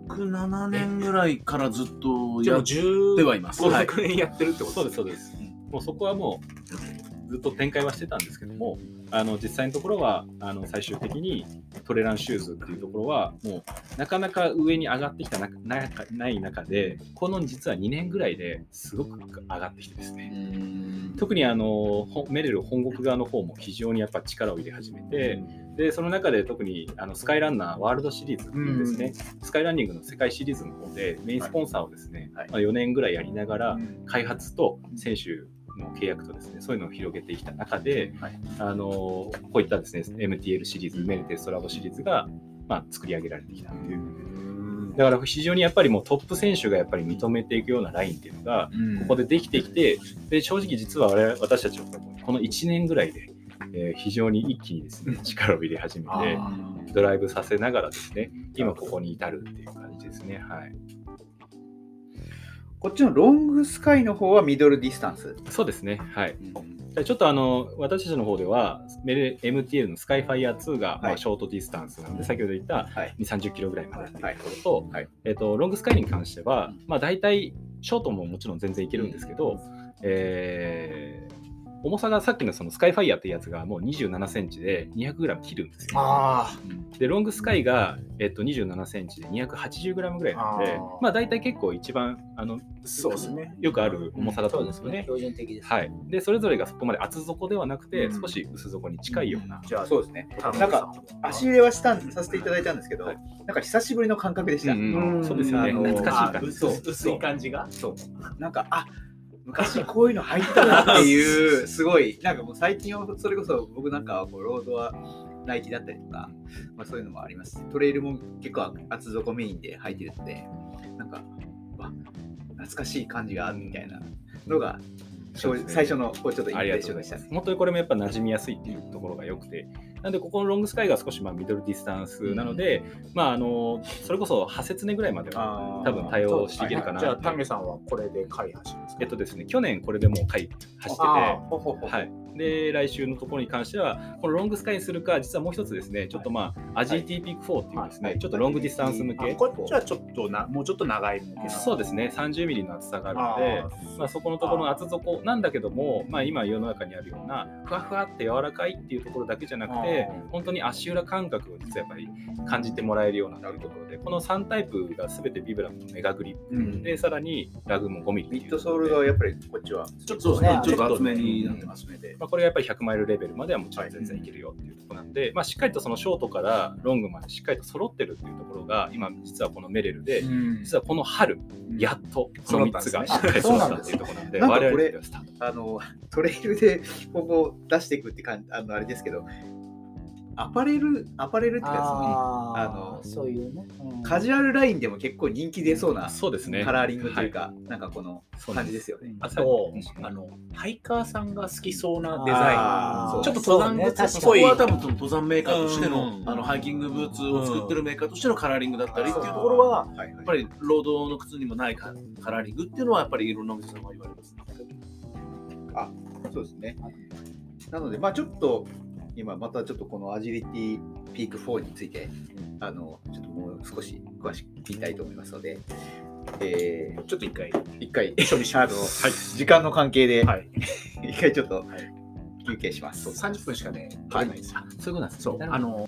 く、ななねんぐらいからずっとやってはいます。 ご、ろくねんやってるってことですね。そうです、そうです。もうそこはもうずっと展開はしてたんですけども、あの実際のところはあの最終的にトレランシューズっていうところはもうなかなか上に上がってきたななない中で、この実はにねんぐらいですごく上がってきてですね、特にあのメレル本国側の方も非常にやっぱ力を入れ始めて、でその中で特にあのスカイランナーワールドシリーズっていうですね、スカイランニングの世界シリーズの方でメインスポンサーをですね、はいまあ、よねんぐらいやりながら開発と選手の契約とですね、そういうのを広げてきた中で、はい、あのこういったですね エムティーエル シリーズ、メルテストラボシリーズが、まあ、作り上げられてきたっていう。だから非常にやっぱりもうトップ選手がやっぱり認めていくようなラインっていうのがここでできてきて、で正直実は我々私たちはこのいちねんぐらいで、えー、非常に一気にですね力を入れ始めてドライブさせながらですね、今ここに至るっていう感じですね。はい。 こっちのロングスカイの方はミドルディスタンス。 そうですね。はい。うん、ちょっとあの私たちの方では エムティーエル のスカイファイヤーツーが、はい、まあ、ショートディスタンスなので、先ほど言ったにじゅう、さんじゅっキロぐらいまでというところと、はいはい、えーと、ロングスカイに関しては、まあ、大体ショートももちろん全然いけるんですけど、えー重さがさっきのそのスカイファイヤーっていうやつがもうにじゅうななセンチでにひゃくグラム切るんですよ。あでロングスカイが、えっと、にじゅうななセンチでにひゃくはちじゅうグラムぐらいなので、まあ大体結構一番あのそうですね、よくある重さだと思うんですよね。 標準的です。 はい。でそれぞれがそこまで厚底ではなくて、うん、少し薄底に近いような。 じゃあそうですね。なんか足入れはしたさせていただいたんですけど、はい、なんか久しぶりの感覚でした。 うんうん、そうですよね。懐かしい感じ。 そう薄い感じが。 そうなんかあ。昔こういうの入ったなっていうすごいなんかもう最近はそれこそ僕なんかはこうロードはナイキだったりとか、まあ、そういうのもありますし、トレイルも結構厚底メインで履いてるのでなんかわ懐かしい感じがあるみたいなのが、ね、最初のこうちょっとインプレッションでしたね。 本当にこれもやっぱ馴染みやすいっていうところが良くて、なんでここのロングスカイが少しまあミドルディスタンスなので、うん、まああのそれこそはちつねぐらいまでは多分対応していけるかな。 じゃあタメさんはこれで回走るんですか？ えっとですね、去年これでもう回走ってて、はい。で来週のところに関してはこのロングスカイにするか、実はもう一つですね、ちょっとまあ、はい、アジーティー ピークフォーっていうですね、はい、ちょっとロングディスタンス向け、 こっちはちょっとなもうちょっと長い向け。 そうですね、さんじゅうミリの厚さがあるので、まあ、そこのところの厚底なんだけども、まあ、今世の中にあるようなふわふわって柔らかいっていうところだけじゃなくて、本当に足裏感覚を実はやっぱり感じてもらえるようなところで、このさんタイプが全てビブラムのメガグリップ、うん、でさらにラグもごミリ、 ミッドソールがやっぱりこっちはちょっと、ね、ちょっと厚めになってますね。 まあ、これがやっぱりひゃくマイルレベルまではもちろん全然いけるよっていうところなんで、はい、まあ、しっかりとそのショートからロングまでしっかりと揃ってるっていうところが今実はこのメレルで、うん、実はこの春、うん、やっとそのみっつがしっかり揃ったっていうところなんで、 なんかこれあのトレイルでここ出していくって感じ、あのあれですけど、アパレルアパレルってやつね、あのそういうね、 うん、カジュアルラインでも結構人気出そうなそうですね、 カラーリングというか、はい、なんかこの感じですよね。 あと、うん、あのハイカーさんが好きそうなデザイン、ちょっと登山グッズっぽい、 そこは多分登山メーカーとしての、うん、あのハイキングブーツを作ってるメーカーとしてのカラーリングだったりっていうところは、やっぱりロードの靴にもないカラーリングっていうのはやっぱりいろんなお店さんが言われます。 あ、そうですね。なのでまあちょっと今またちょっとこのアジリティピークフォーについて、あのちょっともう少し詳しく聞きたいと思いますので、えー、 ちょっと一回一回処理します。はい、時間の関係で、はい、一回ちょっと休憩します。 そうさんじゅっぷんしかね取れないんですよ。 そういうことなんです。 そうあの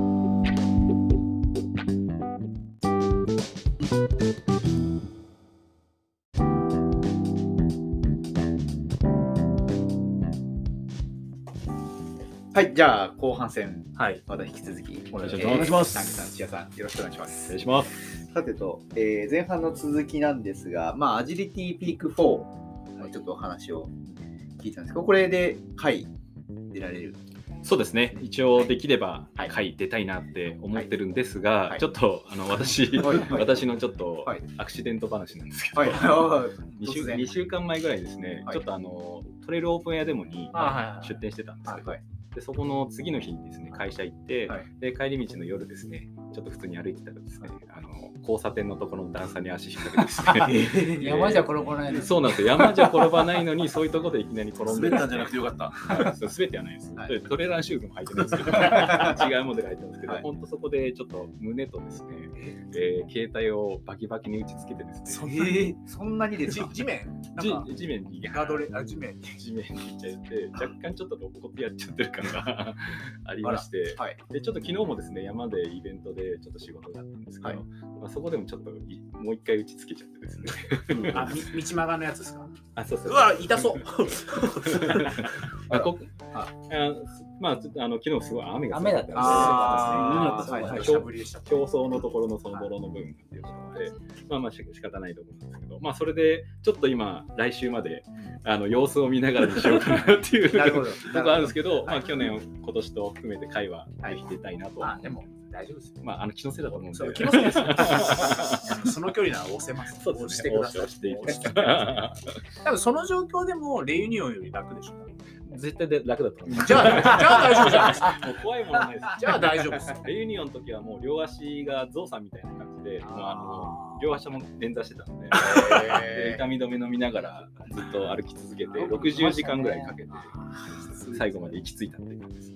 はい、じゃあ後半戦、 はい、 また引き続きお願いします。 タンクさん、千谷さん、よろしくお願いします。 お願いします。 さてと、えー、前半の続きなんですが、まあ、アジリティピークフォーのちょっとお話を聞いたんですけど、これで回出られる？ そうですね、一応できれば回出たいなって思ってるんですが、はいはい、ちょっとあの私、はい、私のちょっとアクシデント話なんですけど、はい、に, 週にしゅうかんまえぐらいですね、はい、ちょっとあのトレイルオープンエアデモに出店してたんですけど、はいはい、でそこの次の日にですね会社行って、はい、で帰り道の夜ですねちょっと普通に歩いてたらですね、あのの交差点のところの段差に足引っ掛けてですね山じゃ転ばないの。 そうなんですよ、山じゃ転ばないのにそういうところでいきなり転んで、 滑ったんじゃなくてよかった。 はい、滑ってはないです、はい、トレーラーシューズも履いてないんですけど違うモデル履いてるんですけど、はい、本当そこでちょっと胸とですね、えー、携帯をバキバキに打ちつけてですね、 そんなに、そんなにで地面地地面にガードレあ地面に地面に行っちゃって若干ちょっと肋骨やっちゃってる感がありまして、はい、でちょっと昨日もですね山でイベントでちょっと仕事があったんですけど、はい、まあ、そこでもちょっともう一回打ちつけちゃってですねあ、道曲がのやつですか。 あ、そうそう。 うわ、痛そうあこああまあ、あの昨日すごい雨が雨だったんですね。 ああ、はいはい、 競争のところのその泥の部分っていうところで、まあまあ仕方ないと思うんですけど、まあそれでちょっと今来週まであの様子を見ながらにしようかなっていうところあるんですけど、まあ去年今年と含めて会話できてたいなと。 あ、でも大丈夫ですよ。 まああの気のせいだと思うんで。 気のせいです。その距離なら押せます。 そうですね。押していきます。 多分その状況でもレユニオンより楽でしょう。 絶対で楽だと思います。 じゃあ、じゃあ大丈夫じゃないですか。 もう怖いものないです。 じゃあ大丈夫です。 レユニオンの時はもう両足がゾウさんみたいな感じで、もうあの両足も捻挫してたので、で痛み止め飲みながらずっと歩き続けてろくじゅうじかんぐらいかけて最後まで行き着いたっていう感じです。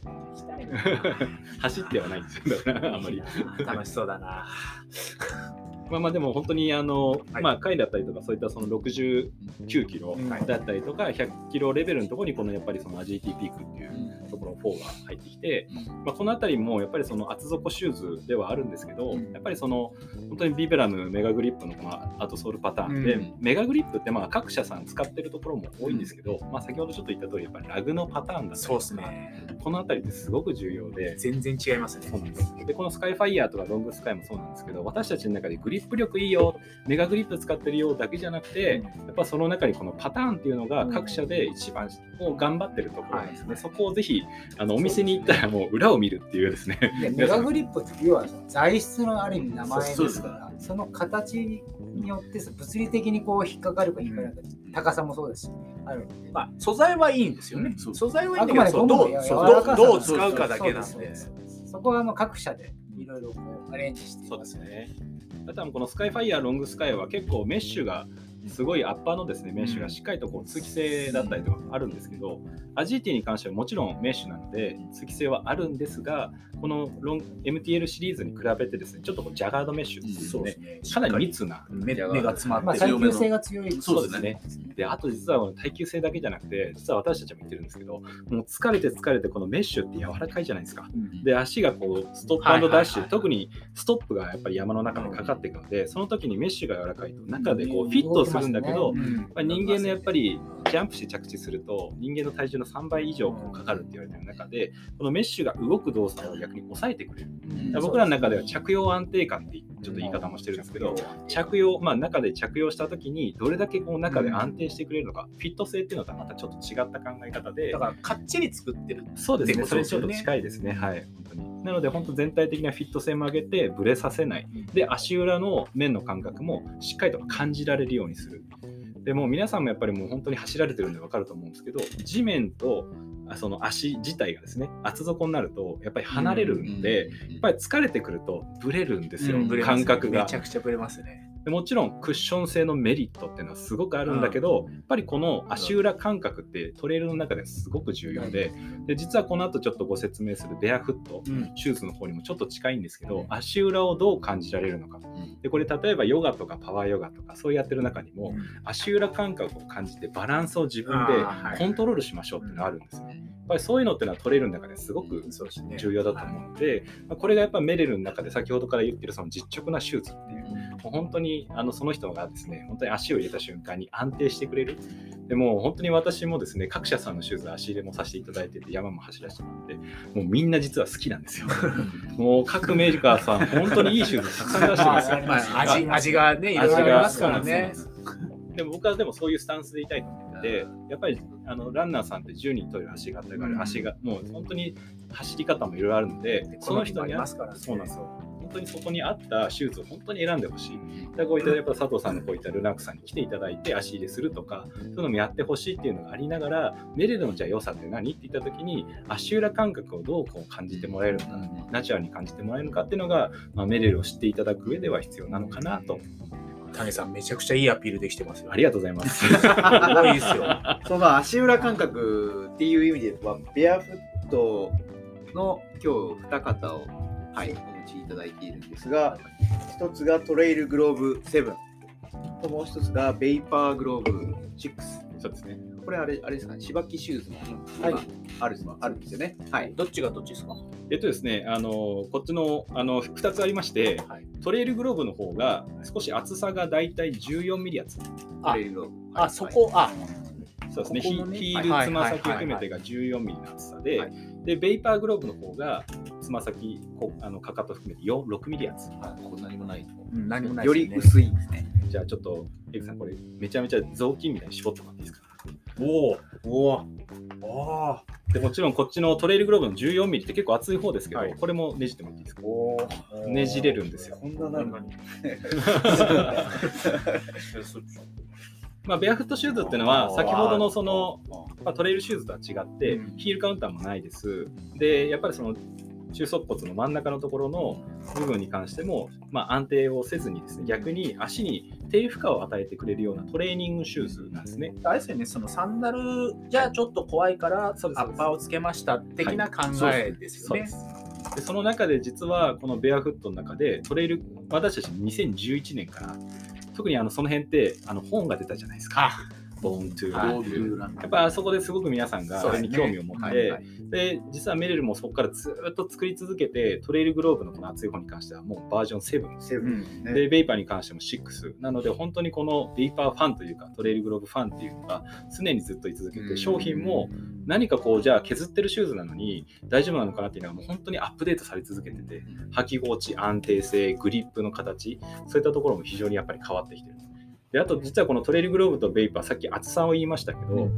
走ってはないんですよ。だからあんまり楽しそうだな。 まあまあでも本当にあの、はい、まあ回だったりとかそういったそのろくじゅうきゅうキロだったりとかひゃくキロレベルのところにこのやっぱりその アジーティー ピークっていうところのフォーが入ってきて、まあ、このあたりもやっぱりその厚底シューズではあるんですけど、やっぱりその本当にビブラムメガグリップのこのアウトソールパターンで、うん、メガグリップってまあ各社さん使ってるところも多いんですけど、まあ先ほどちょっと言った通りやっぱりラグのパターンだったりとか、そうですね、このあたりってすごく重要で全然違いますね。 そうなんです。でこのスカイファイヤーとかロングスカイもそうなんですけど、私たちの中でグリップ力いいよ、メガグリップ使ってるよだけじゃなくて、やっぱその中にこのパターンっていうのが各社で一番頑張ってるところなんですね、うん、そこをぜひあのお店に行ったらもう裏を見るっていうですね。 メガグリップって要は材質のある意味名前ですから、その形によって物理的にこう引っかかるか引っかかるか、うん、高さもそうですしあるので、 まあ、素材はいいんですよね、うん、素材はいいんだけど、どう、どう使うかだけなんで、 そこはあの各社でいろいろアレンジしています。 そうですね。あとはこのスカイファイヤーロングスカイは結構メッシュがすごいアッパーのですね、メッシュがしっかりとこう通気性だったりとかあるんですけど、アジーティーに関してはもちろんメッシュなので通気性はあるんですが、このロン エムティーエル シリーズに比べてですね、ちょっとこうジャガードメッシュですね、うん、かなり密な目が詰まって、 まあ、耐久性が強い。 そうですね。で、あと実は耐久性だけじゃなくて、実は私たちも言ってるんですけど、もう疲れて疲れてこのメッシュって柔らかいじゃないですか。うん、で、足がこうストップ&ダッシュ、特にストップがやっぱり山の中でかかっていくので、その時にメッシュが柔らかいと中でこうフィットするんだけど、まあ、人間のやっぱりジャンプして着地すると人間の体重のさんばい以上こうかかるって言われてる中で、このメッシュが動く動作を逆に抑えてくれる。うん、僕らの中では着用安定感ってちょっと言い方もしてるんですけど、着用、まあ、中で着用した時にどれだけこう中で安定してくれるのか、うん、フィット性っていうのとはまたちょっと違った考え方で、 だからかっちり作ってる。 そうですね。それにちょっと近いですね。はい、本当に。なので本当全体的なフィット性も上げてブレさせない。で、足裏の面の感覚もしっかりと感じられるようにする。でも皆さんもやっぱりもう本当に走られてるんで分かると思うんですけど、地面とその足自体がですね厚底になるとやっぱり離れるので、やっぱり疲れてくるとブレるんですよ、うん、感覚がめちゃくちゃブレますね。 でもちろんクッション性のメリットっていうのはすごくあるんだけど、うん、やっぱりこの足裏感覚ってトレイルの中ですごく重要で、で実はこの後ちょっとご説明するベアフット、うん、シューズの方にもちょっと近いんですけど、うん、足裏をどう感じられるのか、うん、でこれ例えばヨガとかパワーヨガとかそうやってる中にも、うん、足裏感覚を感じてバランスを自分でコントロールしましょうっていうのがあるんですよ、ね。やっぱりそういうのっていうのはトレイルの中ですごく重要だと思うので、まあ、これがやっぱメレルの中で先ほどから言ってるその実直なシューズっていう、もう本当にあのその人がですね本当に足を入れた瞬間に安定してくれる。でも本当に私もですね各社さんのシューズ足入れもさせていただいてて山も走らせてもらって、もうみんな実は好きなんですよ。もう各メーカーさん本当にいいシューズたくさん出してますよ。 まあ、味, 味がねいろいろありますからね。 でも僕はでもそういうスタンスでいたいと思ってて、やっぱりあのランナーさんってじゅうにんという足型がある、足がもう本当に走り方もいろいろあるので、その人に合わせたそうなんですよ。本当にそこに合ったシューズを本当に選んでほしい。だこういったやっぱ佐藤さんのこういったルナックさんに来ていただいて足入れするとか、そういうのもやってほしいっていうのがありながら、メレルのじゃあ良さって何って言った時に、足裏感覚をどうこう感じてもらえるのか、ナチュラルに感じてもらえるのかっていうのが、まあ、メレルを知っていただく上では必要なのかなと。 谷さんめちゃくちゃいいアピールできてますよ。 ありがとうございます。すごいですよ。 その足裏感覚っていう意味では、ベアフットの今日二方を、はい、お持ちいただいているんですが、一つがトレイルグローブセブンと、もう一つがベイパーグローブシックス。 そうですね。 これあれあれですかね、芝木シューズも、はい、あるあるんですよね。はい。 どっちがどっちですか？ えっとですね、あのこっちのあのふたつありまして、はい、トレイルグローブの方が少し厚さがだいたいじゅうよんミリ厚。 トレイルグローブ。 あ、はい、そこ、あ、 そうですね。ここね、ヒールつま先含めてがじゅうよんミリの厚さで、はい、でベイパーグローブの方がつま先こあのかかと含めてろくミリ厚。 はい、ここ何もない。 うん、何もない、 ね。より薄いですね。 じゃあちょっとエグさんこれめちゃめちゃ雑巾みたいに絞ってもらっていいですか？ おお、おお。でもちろんこっちのトレイルグローブのじゅうよんミリって結構厚い方ですけど、はい、これもねじってもらっていいですか？おねじれるんですよ。 こんななるのに。 まあベアフットシューズっていうのは先ほどのその、まあ、トレイルシューズとは違って、うん、ヒールカウンターもないです。でやっぱりその中足骨の真ん中のところの部分に関しても、まあ、安定をせずにですね、逆に足に低負荷を与えてくれるようなトレーニングシューズなんですね。 あれですよね、そのサンダルじゃちょっと怖いからアッパーをつけました的な考えですよね。 でその中で実はこのベアフットの中でトレイル、私たちにせんじゅういちねんから特にあのその辺ってあの本が出たじゃないですか。Born to Run。やっぱあそこですごく皆さんがそれに興味を持って、ねはいはい、で実はメレルもそこからずっと作り続けて、トレイルグローブのこの厚い方に関してはもうバージョンセブン、セブン、ね、でベイパーに関してもシックスなので、本当にこのベイパーファンというかトレイルグローブファンっていうのが常にずっと居続けて、商品も何かこうじゃあ削ってるシューズなのに大丈夫なのかなっていうのはもう本当にアップデートされ続けてて、履き心地、安定性、グリップの形、そういったところも非常にやっぱり変わってきてる。であと実はこのトレイルグローブとベイパー、さっき厚さを言いましたけど、うん、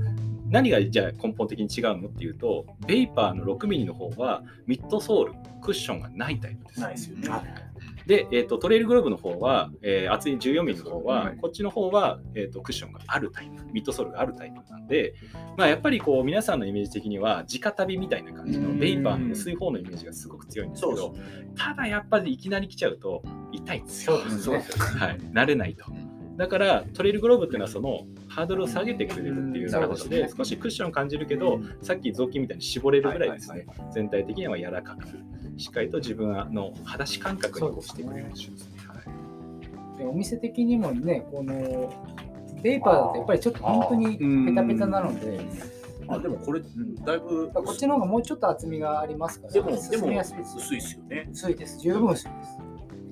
何がじゃあ根本的に違うのっていうと、ベイパーのろくミリの方はミッドソール、クッションがないタイプです。 ないですよね。 で、えーと、トレイルグローブの方は、えー、厚いじゅうよんミリの方は、はい、こっちの方は、えーと、クッションがあるタイプ、ミッドソールがあるタイプなんで、まあ、やっぱりこう皆さんのイメージ的には直旅みたいな感じのベイパーの薄い方のイメージがすごく強いんですけど、ただやっぱりいきなり来ちゃうと痛いんですよ。 そうですね。 はい、慣れないと。だからトレイルグローブっていうのはそのハードルを下げてくれるっていう形で、少しクッションを感じるけど、さっき雑巾みたいに絞れるぐらいですね、全体的には柔らかくしっかりと自分の裸足感覚にしてくれるシューズですね。 はい、お店的にもね、このベイパーだとやっぱりちょっと本当にペタペタなので、 あでもこれ、うん、だいぶこっちの方がもうちょっと厚みがありますから、 でもでも薄いですよね。 薄いです。十分薄いです。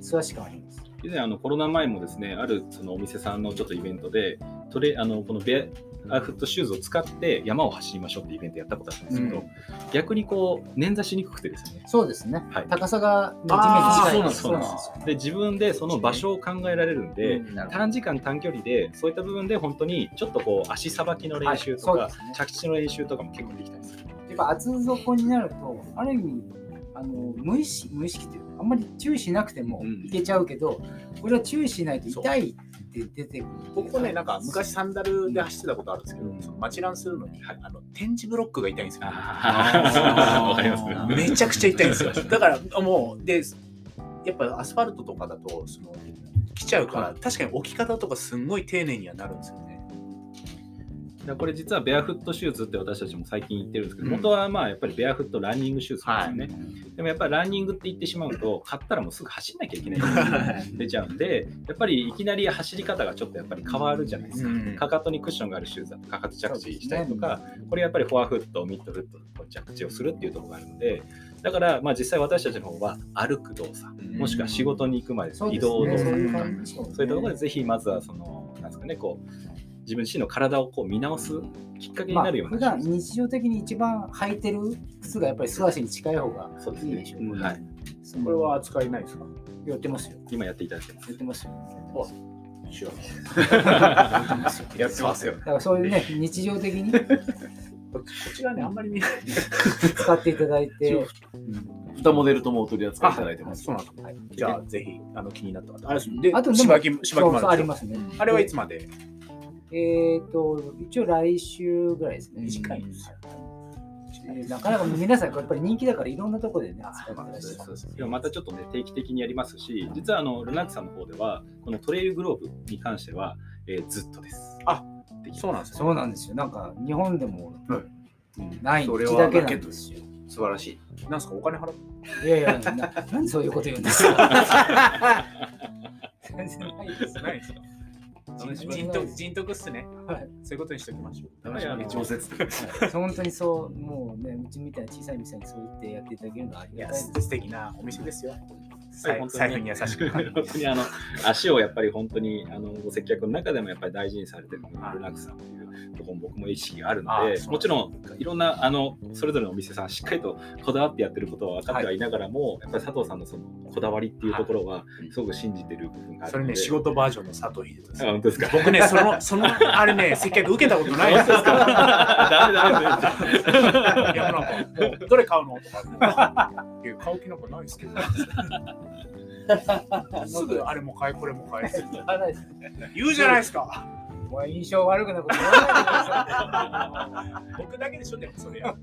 素足感あります。 以前あのコロナ前もですね、あるそのお店さんのちょっとイベントでトレあのこのベアフットシューズを使って山を走りましょうってイベントやったことあるんですけど、うん、逆にこう捻挫しにくくてですね。 そうですね。はい、高さが地面に近い。そうなんです。で自分でその場所を考えられるんで、うん、短時間短距離でそういった部分で本当にちょっとこう足さばきの練習とか、はいね、着地の練習とかも結構できたりする。 やっぱ厚底になるとある意味あの無意識無意識というかあんまり注意しなくてもいけちゃうけど、うん、これは注意しないと痛いって出てくる。 僕ね、なんか昔サンダルで走ってたことあるんですけど、うん、その街ランするのに、はい、あの点字ブロックが痛いんですよ。わかりますね。めちゃくちゃ痛いんですよ。だからもうでやっぱアスファルトとかだとその来ちゃうから、確かに置き方とかすんごい丁寧にはなるんですよね。 これ実はベアフットシューズって私たちも最近言ってるんですけど、うん、元はまあやっぱりベアフットランニングシューズなんですよね、はい、でもやっぱりランニングって言ってしまうと買ったらもうすぐ走んなきゃいけない出ちゃうんで、やっぱりいきなり走り方がちょっとやっぱり変わるじゃないですか、うん、かかとにクッションがあるシューズだとかかと着地したりとか、ね、これやっぱりフォアフットミッドフット着地をするっていうところがあるので、だからまあ実際私たちの方は歩く動作、うん、もしくは仕事に行くまで移動動作とか、そういったところでぜひまずはそのなんですかね、こう自分自身の体をこう見直すきっかけになるような、 まあ、普段日常的に一番履いてる靴がやっぱり素足に近い方がいいでしょう。 そうですね。はい。これは扱いないですか？ やってますよ。 今やっていただいてます。 やってますよ。 やってますよ。 だからそういうね日常的にこっちがね、あんまり見ない。 使っていただいて。 にモデルともお取り扱いいただいてます。 そうなんです。じゃあ、ぜひ、あの、気になった方。あれで、あと、しばき、しばきもありますね。 あれはいつまで？ えっと、一応来週ぐらいですね。 短いんですよ。 なかなか皆さんやっぱり人気だからいろんなところでね、扱ってらっしゃる。 でもまたちょっとね、定期的にやりますし、実はあのルナックさんの方では、このトレイルグローブに関しては、えー、ずっとです。 あ、そうなんですよ。 そうなんですよ。なんか日本でもないんだけなんですよ。 素晴らしい。なんすか、お金払う？ いやいや、ななんでそういうこと言うんですか。全然ないです。 ないですか。人徳、人徳っすね。はい。そういうことにしておきましょう。 楽しみに調節。 本当にそう、もうね、うちみたいな小さい店にそう言ってやっていただけるのはありがたいです。 素敵なお店ですよ。財布に優しく。 本当にあの足をやっぱり本当にあのご接客の中でもやっぱり大事にされてるのがルナックさんというところも僕も意識があるので、もちろんいろんなあのそれぞれのお店さんしっかりとこだわってやってることは分かってはいながらも、やっぱり佐藤さんのそのこだわりっていうところはすごく信じてる部分があるので。 それね、仕事バージョンの佐藤秀です。 本当ですか。 僕ね、そのそのあれね、接客受けたことないです。ダメダメダメ。いやなんかどれ買うのとか。いや買う気なんかないですけど。すぐあれも買えこれも買え言うじゃないですか。 お前印象悪くなこと言わないでください。僕だけでしょでもそれや。なる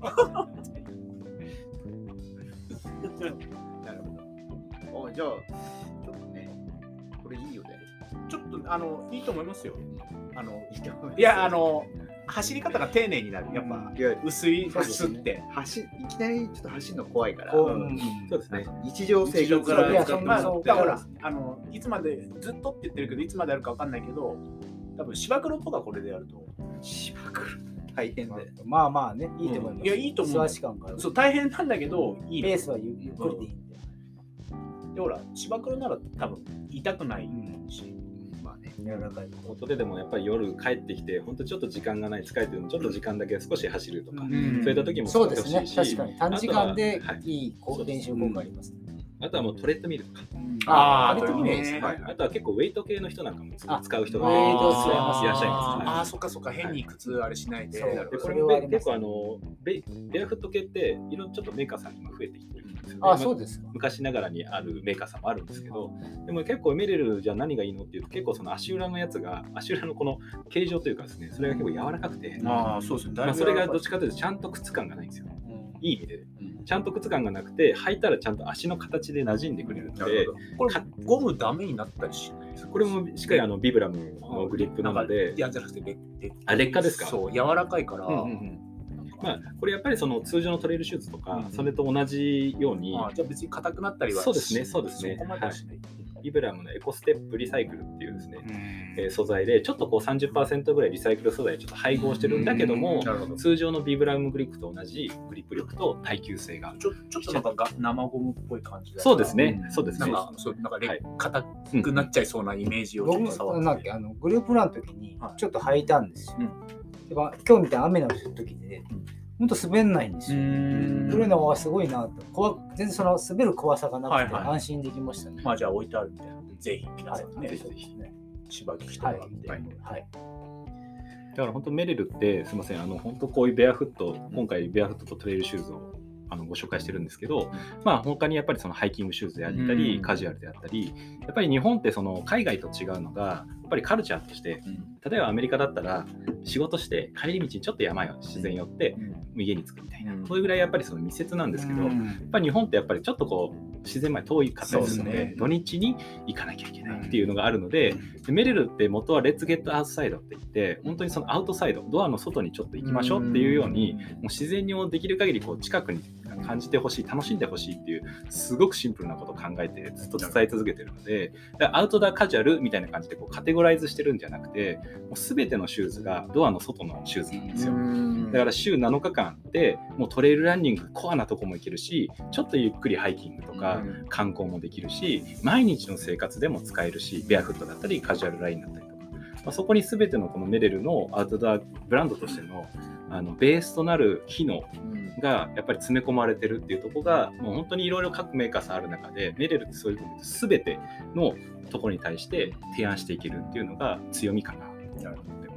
ほど。じゃあちょっとね、これいいよね。 ちょっとあのいいと思いますよ。あのいやあの。走り方が丁寧になる。やっぱ薄い薄って走いきなりちょっと走るの怖いから。 そうですね。 日常生活からいやそんなそうだからあのいつまでずっとって言ってるけどいつまでやるかわかんないけど、多分芝黒とかこれでやると芝黒大変で。 まあまあねいいと思います。 いやいいと思う。そう大変なんだけどいい。 ペースはゆっくりでいいんで。 でほら芝黒なら多分痛くないし。 柔らかいことででもやっぱり夜帰ってきて本当ちょっと時間がない疲れてるのちょっと時間だけ少し走るとか、うん、そういった時もそうですね確かに短時間でいい練習効果ありますね。 あとはもうトレッドミルとか、 ああトレッドミルですね。 あとは結構ウェイト系の人なんかも使う人がいらっしゃいます。 ああそっかそっか変に靴あれしないで。 でこれも結構あのベベアフット系っていろんなちょっとメーカーさんに今増えてきてるんですよね。 あそうですか。 昔ながらにあるメーカーさんもあるんですけど、でも結構メレルじゃ何がいいのっていうと結構その足裏のやつが足裏のこの形状というかですね、それが結構柔らかくて、 ああそうですね。 まあそれがどっちかというとちゃんと靴感がないんですよ。いい意味で。ちゃんと靴感がなくて履いたらちゃんと足の形で馴染んでくれるので、 これゴムダメになったりしないですか？ これもしっかりあのビブラムのグリップなので、 いやじゃなくて劣あ劣化ですか？ そう柔らかいから、うんうんうん、 まあこれやっぱりその通常のトレイルシューズとか、うん、それと同じように、 あじゃあ別に硬くなったりはそうですねそうですね。ビブラムのエコステップリサイクルっていうですね、えー、素材でちょっとこう さんじゅっパーセント ぐらいリサイクル素材をちょっと配合してるんだけども、ど通常のビブラムグリップと同じグリップ力と耐久性がちょちょっとなんかが生ゴムっぽい感じで、 そうですね、うん、そうですね。 なんかそうなんか硬くなっちゃいそうなイメージをちょっと触って、なんかあのグループランの時にちょっと履いたんですよ。うん、今日みたいな雨の時で、ね。うん本当滑んないんですよ。それのはすごいなと。怖全然その滑る怖さがなくて安心できましたね。 はいはい、まあじゃあ置いてあるみたいなのでぜひ皆さんね、はい、ぜひね、芝木来てもらって。はい。はい、 だから本当メレルってすみませんあの本当こういうベアフット今回ベアフットとトレイルシューズをあのご紹介してるんですけど、まあ他にやっぱりそのハイキングシューズであったり、うん、カジュアルであったり、やっぱり日本ってその海外と違うのがやっぱりカルチャーとして、うん、例えばアメリカだったら仕事して帰り道にちょっと山を自然寄って、うん、家に着くみたいな、うん、そういうぐらいやっぱりその密接なんですけど、うん、やっぱり日本ってやっぱりちょっとこう自然まで遠いかったりするので、ね、土日に行かなきゃいけないっていうのがあるので、でメレルって元はレッツゲットアウトサイドって言って本当にそのアウトサイドドアの外にちょっと行きましょうっていうように、もう自然にできる限りこう近くに感じてほしい楽しんでほしいっていうすごくシンプルなことを考えてずっと伝え続けてるので、アウトドアカジュアルみたいな感じでこうカテゴライズしてるんじゃなくて、もう全てのシューズがドアの外のシューズなんですよ。だから週なのかかんでもうトレイルランニングコアなとこも行けるし、ちょっとゆっくりハイキングとか観光もできるし、毎日の生活でも使えるし、ベアフットだったりカジュアルラインだったりとか、まあ、そこに全てのこのメレルのアウトドアブランドとしてのあのベースとなる機能がやっぱり詰め込まれてるっていうところが、もう本当にいろいろ各メーカーさんある中でメレルってそういう部分で全てのところに対して提案していけるっていうのが強みかなと思ってます。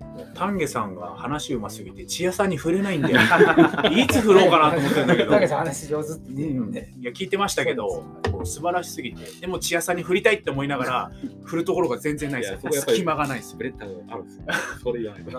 丹下さんが話うますぎて千谷さんに触れないんだよ。いつ振ろうかなと思ってるんだけど。 丹下さん話上手って言うんで。 いや聞いてましたけど、もう素晴らしすぎて、でも千谷さんに振りたいって思いながら振るところが全然ないですよ。隙間がないです。 スプレッダーがあるんですよ。それ言わない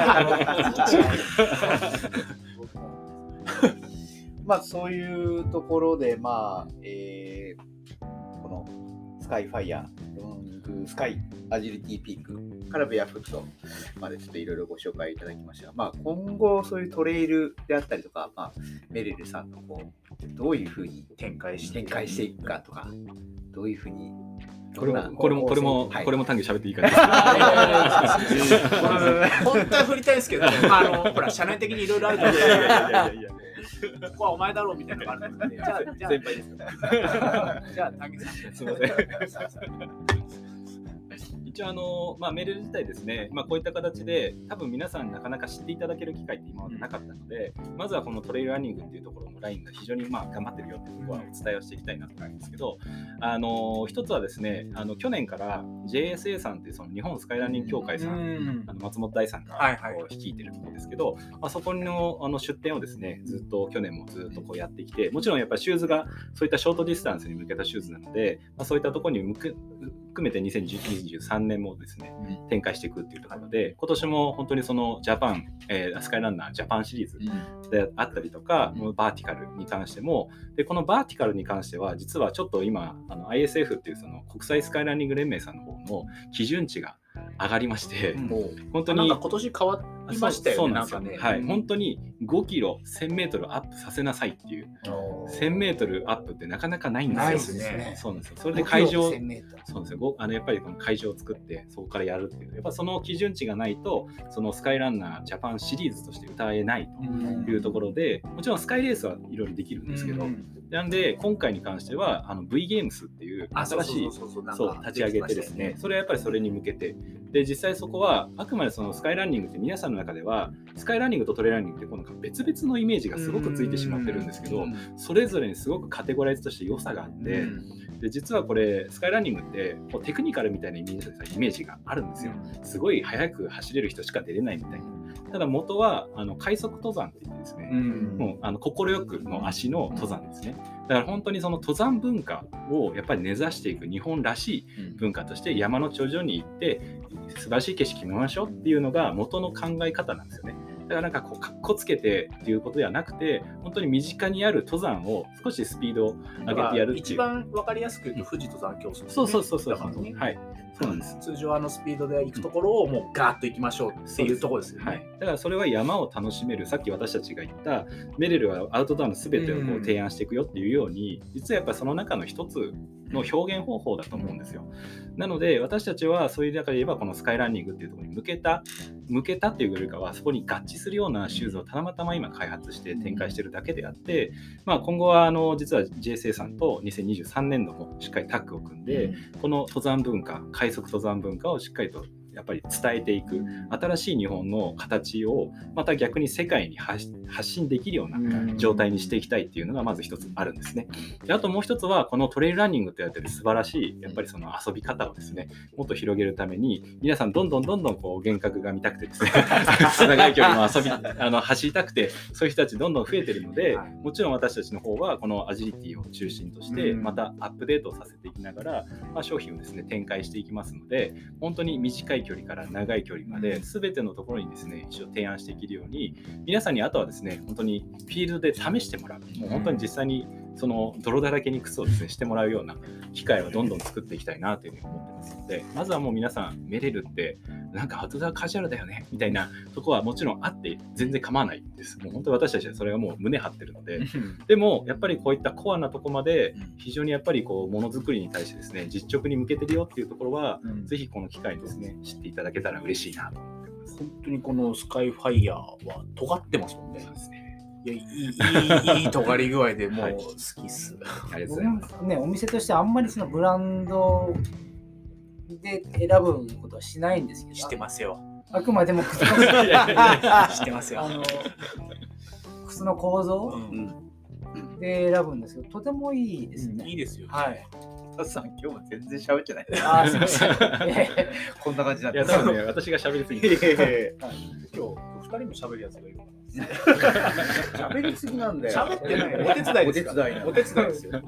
と。 まあそういうところでまあ、えー、このスカイファイヤー、ロングスカイアジリティピークからベアフットまでちょっといろいろご紹介いただきました。まあ今後そういうトレイルであったりとか、まあ、メレルさんのこうどういうふうに展開し展開していくかとか、どういうふうにこれもこれもこれも、はい、これも単語喋っていいかな。 本当は振りたいですけど、あのほら社内的にいろいろあると思う。いやいやいやいや。ここはお前だろうみたいなのがあるので、じゃあじゃあ先輩ですか。じゃあ丹下さん。すみません。 一応あの、まあ、メール自体ですね、まあ、こういった形で多分皆さんなかなか知っていただける機会って今までなかったので、まずはこのトレイルランニングっていうところのラインが非常にまあ頑張ってるよっていうところはお伝えをしていきたいなと思うんですけど、あの一つはですね、あの去年から ジェイエスエー さんっていうその日本スカイランニング協会さん、んあの松本大さんがこう率いてるところですけど、はいはい、まあ、そこの、あの出展をですねずっと去年もずっとこうやってきて、もちろんやっぱりシューズがそういったショートディスタンスに向けたシューズなので、まあ、そういったところに向く含めてにせんにじゅうさんねんもですね展開していくっていうところで、今年も本当にそのジャパン、えー、スカイランナージャパンシリーズであったりとか、うん、バーティカルに関しても、でこのバーティカルに関しては実はちょっと今あの アイエスエフ っていうその国際スカイランニング連盟さんの方の基準値が上がりまして、うん、本当になんか今年変わりましたよね。 そうなんですよね。はい、本当にごキロせんメートルアップさせなさいっていう、せんメートルアップってなかなかないんですよ。 ないですね。 そうなんですよ。それで会場、そうなんですよ。あのやっぱりこの会場を作ってそこからやるっていう、やっぱその基準値がないとそのスカイランナージャパンシリーズとして歌えないというところで、もちろんスカイレースはいろいろできるんですけど、うん、なんで今回に関してはあの V ゲームスっていう新しいそう立ち上げてですね、それはやっぱりそれに向けて、で実際そこはあくまでそのスカイランニングって皆さんの中ではスカイランニングとトレイランニングってこの別々のイメージがすごくついてしまってるんですけど、それぞれにすごくカテゴライズとして良さがあって、で実はこれスカイランニングってこうテクニカルみたいなイメージ、イメージがあるんですよ。すごい速く走れる人しか出れないみたいな。ただ元はあの快速登山って言ってですね、うん、もうあの快くの足の登山ですね。だから本当にその登山文化をやっぱり根ざしていく日本らしい文化として山の頂上に行って素晴らしい景色見ましょうっていうのが元の考え方なんですよね。だからなんかこうかっこつけてっていうことではなくて、本当に身近にある登山を少しスピードを上げてやるっていう。 一番わかりやすく言うと富士登山競争、ね、 そうそうそうそう。 はい。そうなんです。通常あのスピードで行くところをもうガーッと行きましょうっていうところですよね。はい。 だからそれは山を楽しめる、さっき私たちが言ったメレルはアウトドアのすべてをこう提案していくよっていうように、うん、実はやっぱりその中の一つの表現方法だと思うんですよ。なので私たちはそういう中で言えばこのスカイランニングっていうところに向けた向けたっていうよりかはそこに合致するようなシューズをたまたま今開発して展開しているだけであって、まあ、今後はあの実は ジェイエスエー さんとにせんにじゅうさんねんどもしっかりタッグを組んで、この登山文化、快速登山文化をしっかりとやっぱり伝えていく新しい日本の形をまた逆に世界に発信できるような状態にしていきたいっていうのがまず一つあるんですね。であともう一つはこのトレイルランニングとやってる素晴らしいやっぱりその遊び方をですねもっと広げるために皆さんどんどんどんどんこう幻覚が見たくてですね長い距離の遊びあの走りたくてそういう人たちどんどん増えてるので、もちろん私たちの方はこのアジリティを中心としてまたアップデートをさせていきながら、まあ、商品をですね展開していきますので、本当に短い距離から長い距離まで全てのところにですね一応提案していけるように、皆さんにあとはですね本当にフィールドで試してもらう、もう本当に実際にその泥だらけに靴をですねしてもらうような機会をどんどん作っていきたいなというふうに思ってますので、まずはもう皆さんメレルってなんかアウトドアカジュアルだよねみたいなとこはもちろんあって全然構わないです。もう本当に私たちはそれはもう胸張ってるのででもやっぱりこういったコアなところまで非常にやっぱりこうものづくりに対してですね実直に向けてるよっていうところは、うん、ぜひこの機会にですね知っていただけたら嬉しいなと思ってます。 本当にこのスカイファイヤーは尖ってますもんね。そうですね。いやいいいいいい尖り具合でもう好きっす。 はい、ありがとうございます。 ね、お店としてあんまりそのブランドで選ぶことはしないんですけど。 してますよ。 あくまでも靴のしてますよ。あの靴の構造で選ぶんですけど、とてもいいですね。 いいですよ。 はい。 タツさん、今日も全然喋ってない。 ああ、すみません。 こんな感じなんです。いや、多分ね、私が喋りすぎて。 今日、ふたりも喋るやつがいるから。 喋りすぎなんだよ。 喋ってない。お手伝いです。 お手伝い。 お手伝いですよ。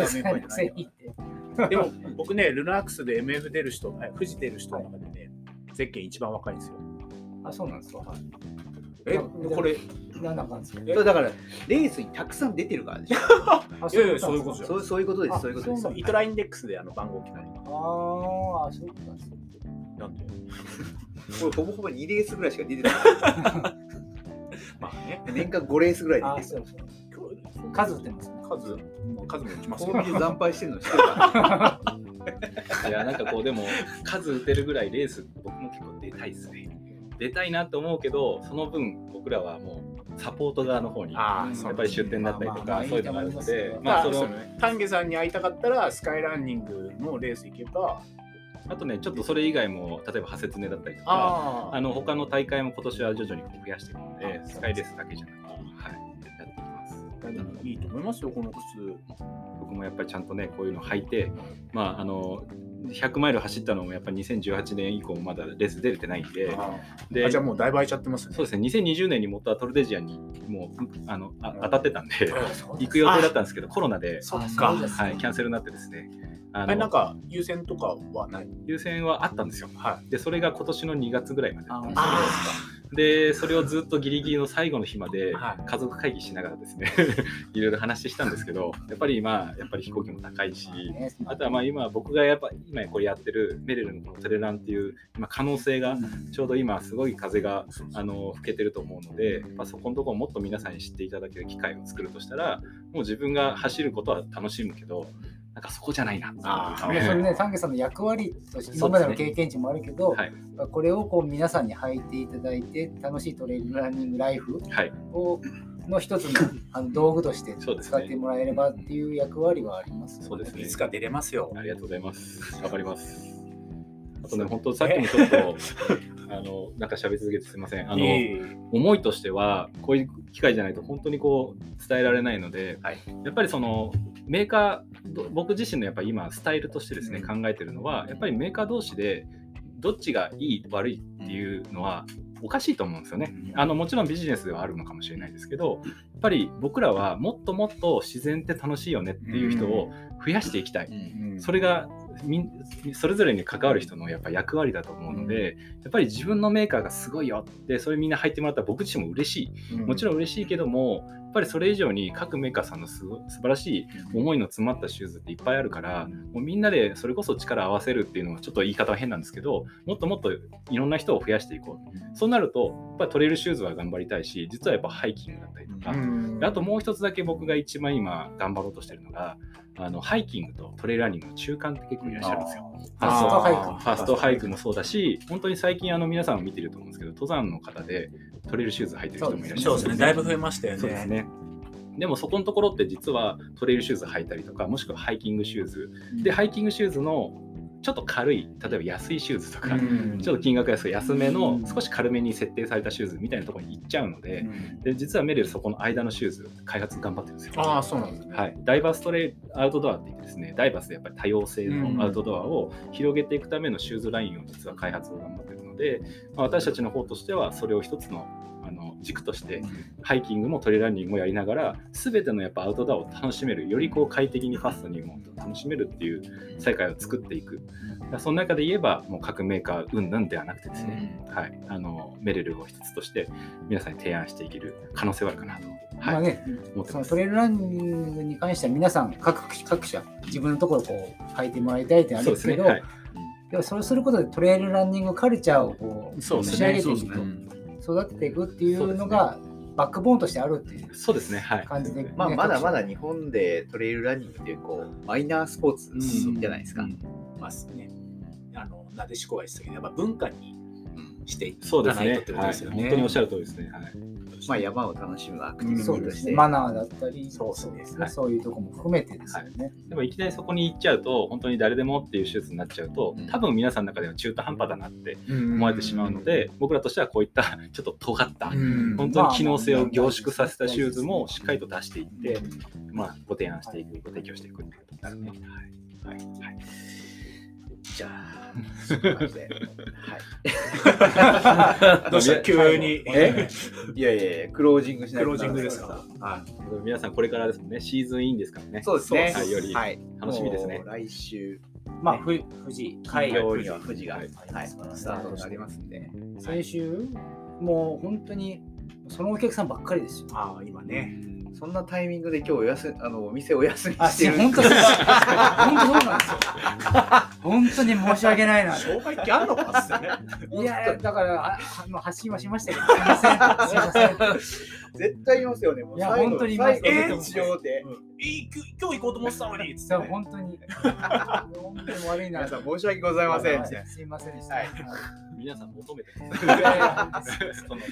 でも僕ね、ルナックスで エムエフ 出る人、富士出る人の中でね、ゼッケン一番若いんですよ。 あ、そうなんですか。 え、これ、 なんだかんですか。 だから、レースにたくさん出てるからでしょ。 いやいや、そういうことですよ。そういうことです。そういうことです。 イトラインデックスであの番号聞かれる。 ああ、そういうことなんですね。 なんでこれほぼほぼにレースぐらいしか出てない。 まあね、 年間ごレースぐらい出てる。 数打ってます。 数、数も打ちますよ。こう見て惨敗してるの知ってるかいや、なんかこう、でも、数打てるぐらいレース、僕も結構出たいですね。出たいなと思うけど、その分、僕らはもう、サポート側の方に、やっぱり出店だったりとか、そういうのがあるので、 まあ、その、丹下さんに会いたかったら、スカイランニングのレース行けば、 あとね、ちょっとそれ以外も、例えば、ハセツネだったりとか、ああの他の大会も今年は徐々に増やしているので、スカイレースだけじゃなくて、はい、やっていきます。 いいと思いますよ、この靴。 僕もやっぱりちゃんとね、こういうの履いて、まあ、あの、ひゃくマイル走ったのもやっぱりにせんじゅうはちねん以降まだレース出れてないんで、 あであじゃあもうだいぶ空いちゃってますね。 そうですね、にせんにじゅうねんにモッタートルデジアにもうあのあ当たってたんで、行く予定だったんですけど、コロナで、 そっか、 はい、キャンセルになってですね。 あのなんか優先とかはない？ 優先はあったんですよ。 はい、 で、それが今年のにがつぐらいまでだったんですけど、でそれをずっとギリギリの最後の日まで家族会議しながらですね、いろいろ話したんですけど、やっぱりまあやっぱり飛行機も高いし、あとはまあ今僕がやっぱ今これやってるメレルのこのトレランっていう今可能性がちょうど今すごい風があの吹けてると思うので、まあ、そこのところをもっと皆さんに知っていただける機会を作るとしたら、もう自分が走ることは楽しむけど、なんかそこじゃないな。 ああ、それね、丹下さんの役割として今までの経験値もあるけど、ね、はい、これをこう皆さんに履いていただいて楽しいトレイルランニングライフを、はい、の一つの、あの道具として使ってもらえればっていう役割はあります、 ね。そうですね。 いつか出れますよ。 ありがとうございます。わかります。あとね、本当さっきもちょっとあのなんか喋り続けてすみません。あの、えー、思いとしてはこういう機会じゃないと本当にこう伝えられないので、はい、やっぱりそのメーカー、僕自身のやっぱり今スタイルとしてですね、うん、考えてるのはやっぱりメーカー同士でどっちがいい悪いっていうのはおかしいと思うんですよね。あのもちろんビジネスではあるのかもしれないですけど、やっぱり僕らはもっともっと自然って楽しいよねっていう人を増やしていきたい。それがそれぞれに関わる人のやっぱ役割だと思うので、やっぱり自分のメーカーがすごいよってそれみんな入ってもらったら僕自身も嬉しい、もちろん嬉しいけども、やっぱりそれ以上に各メーカーさんのす素晴らしい思いの詰まったシューズっていっぱいあるから、もうみんなでそれこそ力を合わせるっていうのはちょっと言い方は変なんですけど、もっともっといろんな人を増やしていこう。そうなるとやっぱりトレイルシューズは頑張りたいし、実はやっぱハイキングだったりとか、あともう一つだけ僕が一番今頑張ろうとしてるのが、あのハイキングとトレイルランニングの中間って結構いらっしゃるんですよ。ファストハイク、ファストハイクもそうだし、本当に最近あの皆さん見てると思うんですけど、登山の方でトレイルシューズ履いてる人もいらっしゃる。 そうですね、だいぶ増えましたよね。 そうですね。でもそこのところって実はトレイルシューズ履いたりとか、もしくはハイキングシューズで、ハイキングシューズのちょっと軽い、例えば安いシューズとか、うん、ちょっと金額が安い安めの少し軽めに設定されたシューズみたいなところに行っちゃうので、うん、で実はメレルそこの間のシューズ開発頑張ってるんですよ。 ああ、そうなんですね。 はい、ダイバーストレイアウトドアって言ってですね、ダイバースでやっぱり多様性のアウトドアを広げていくためのシューズラインを実は開発を頑張ってるので、まあ、私たちの方としてはそれを一つのあの軸としてハイキングもトレイルランニングもやりながら、全てのやっぱアウトドアを楽しめる、よりこう快適にファストにも楽しめるっていう世界を作っていく。その中で言えばもう各メーカーうんぬんではなくてですね、はい、あのメレルを一つとして皆さんに提案していける可能性はあるかなと、はい、 まあね、思ってます。そのトレイルランニングに関しては皆さん 各, 各社自分のところをこう書いてもらいたいってあるんですけど、そうですね、はい、でもそれをすることでトレイルランニングカルチャーをこう仕上げていくと、育てていくっていうのがバックボーンとしてあるっていうそうですね、はい、 感じで、ね、 まあ、まだまだ日本でトレイルランニングっていうこうマイナースポーツじゃないですか。 うんうん、まあね、あのなでしこが言ってたけど、やっぱ文化にしていかないとってことですよね。 本当におっしゃる通りですね。はい。 まあ山を楽しむアクティビティとして、 マナーだったり、 そうそうですね。 そういうとこも含めてですよね。 でもいきなりそこに行っちゃうと本当に誰でもっていう手術になっちゃうと、多分皆さんの中では中途半端だなって思われてしまうので、僕らとしてはこういったちょっと尖った本当に機能性を凝縮させた手術もしっかりと出していって、まあご提案していく、ご提供していくってことになるね。はいはいはい。 じゃあ、そういう感じで。 はい。どうした急に。 えいやいやいや、クロージングしないと。 クロージングですか。 はい。皆さんこれからですもんね、シーズンインですからね。 そうですね。 より楽しみですね。 来週、 まあ、富士、 開業には富士がスタートになりますんで。 先週、もう本当にそのお客さんばっかりですよ。 ああ、今ね。 そんなタイミングで今日お休み、あのお店お休みしてる。 本当そうなんですよ。本当に申し訳ないな。 商売ってあるのかっすよね。 いやだからあの発信はしましたけど、すみません。すみません。 絶対いますよね。もういや本当にいます。 えー、日常で。 今日行こうと思ってたのに。 本当に。本当に悪いな。 皆さん申し訳ございません。 すみませんでした。 皆さん求めてます。その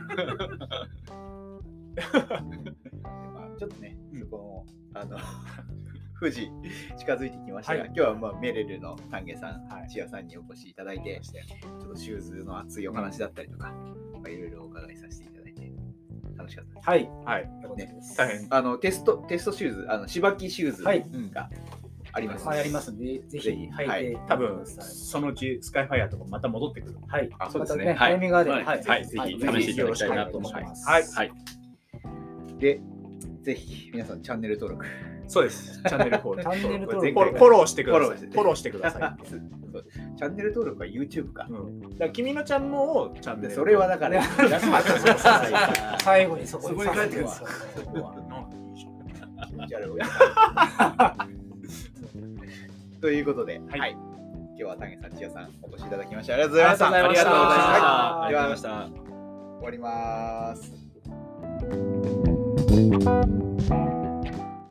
場ちょっとね、そこのあの富士近づいてきましたが、はい、今日はまあメレルの丹下さん、はい、千代さんにお越しいただいて、ちょっとシューズの熱いお話だったりとか、まあ、いろいろお伺いさせていただいて楽しかったです。 はい、 はい、 ね、大変あのテストテストシューズ、あのしばきシューズがあります、 はい、ありますので、ぜひはい、はい、 多分そのうちスカイファイアとかまた戻ってくる。 はい、 あ、そうですね。 またね、タイミングがあれば、 はい、はい、ぜひ試していただきたいなと思います。 はい、 はい。 で、ぜひ皆さんチャンネル登録。 そうです。チャンネルフォロー。 チャンネル登録。 フォローしてください。フォローしてください。 チャンネル登録は YouTube か。 うん、だから君のチャンネルをチャンネル。 それはだから最後にそこに帰ってくる。そこは。ということで、はい。今日は丹下さん、千代さんお越しいただきましてありがとうございました。 ありがとうございました。 ありがとうございました。 終わります。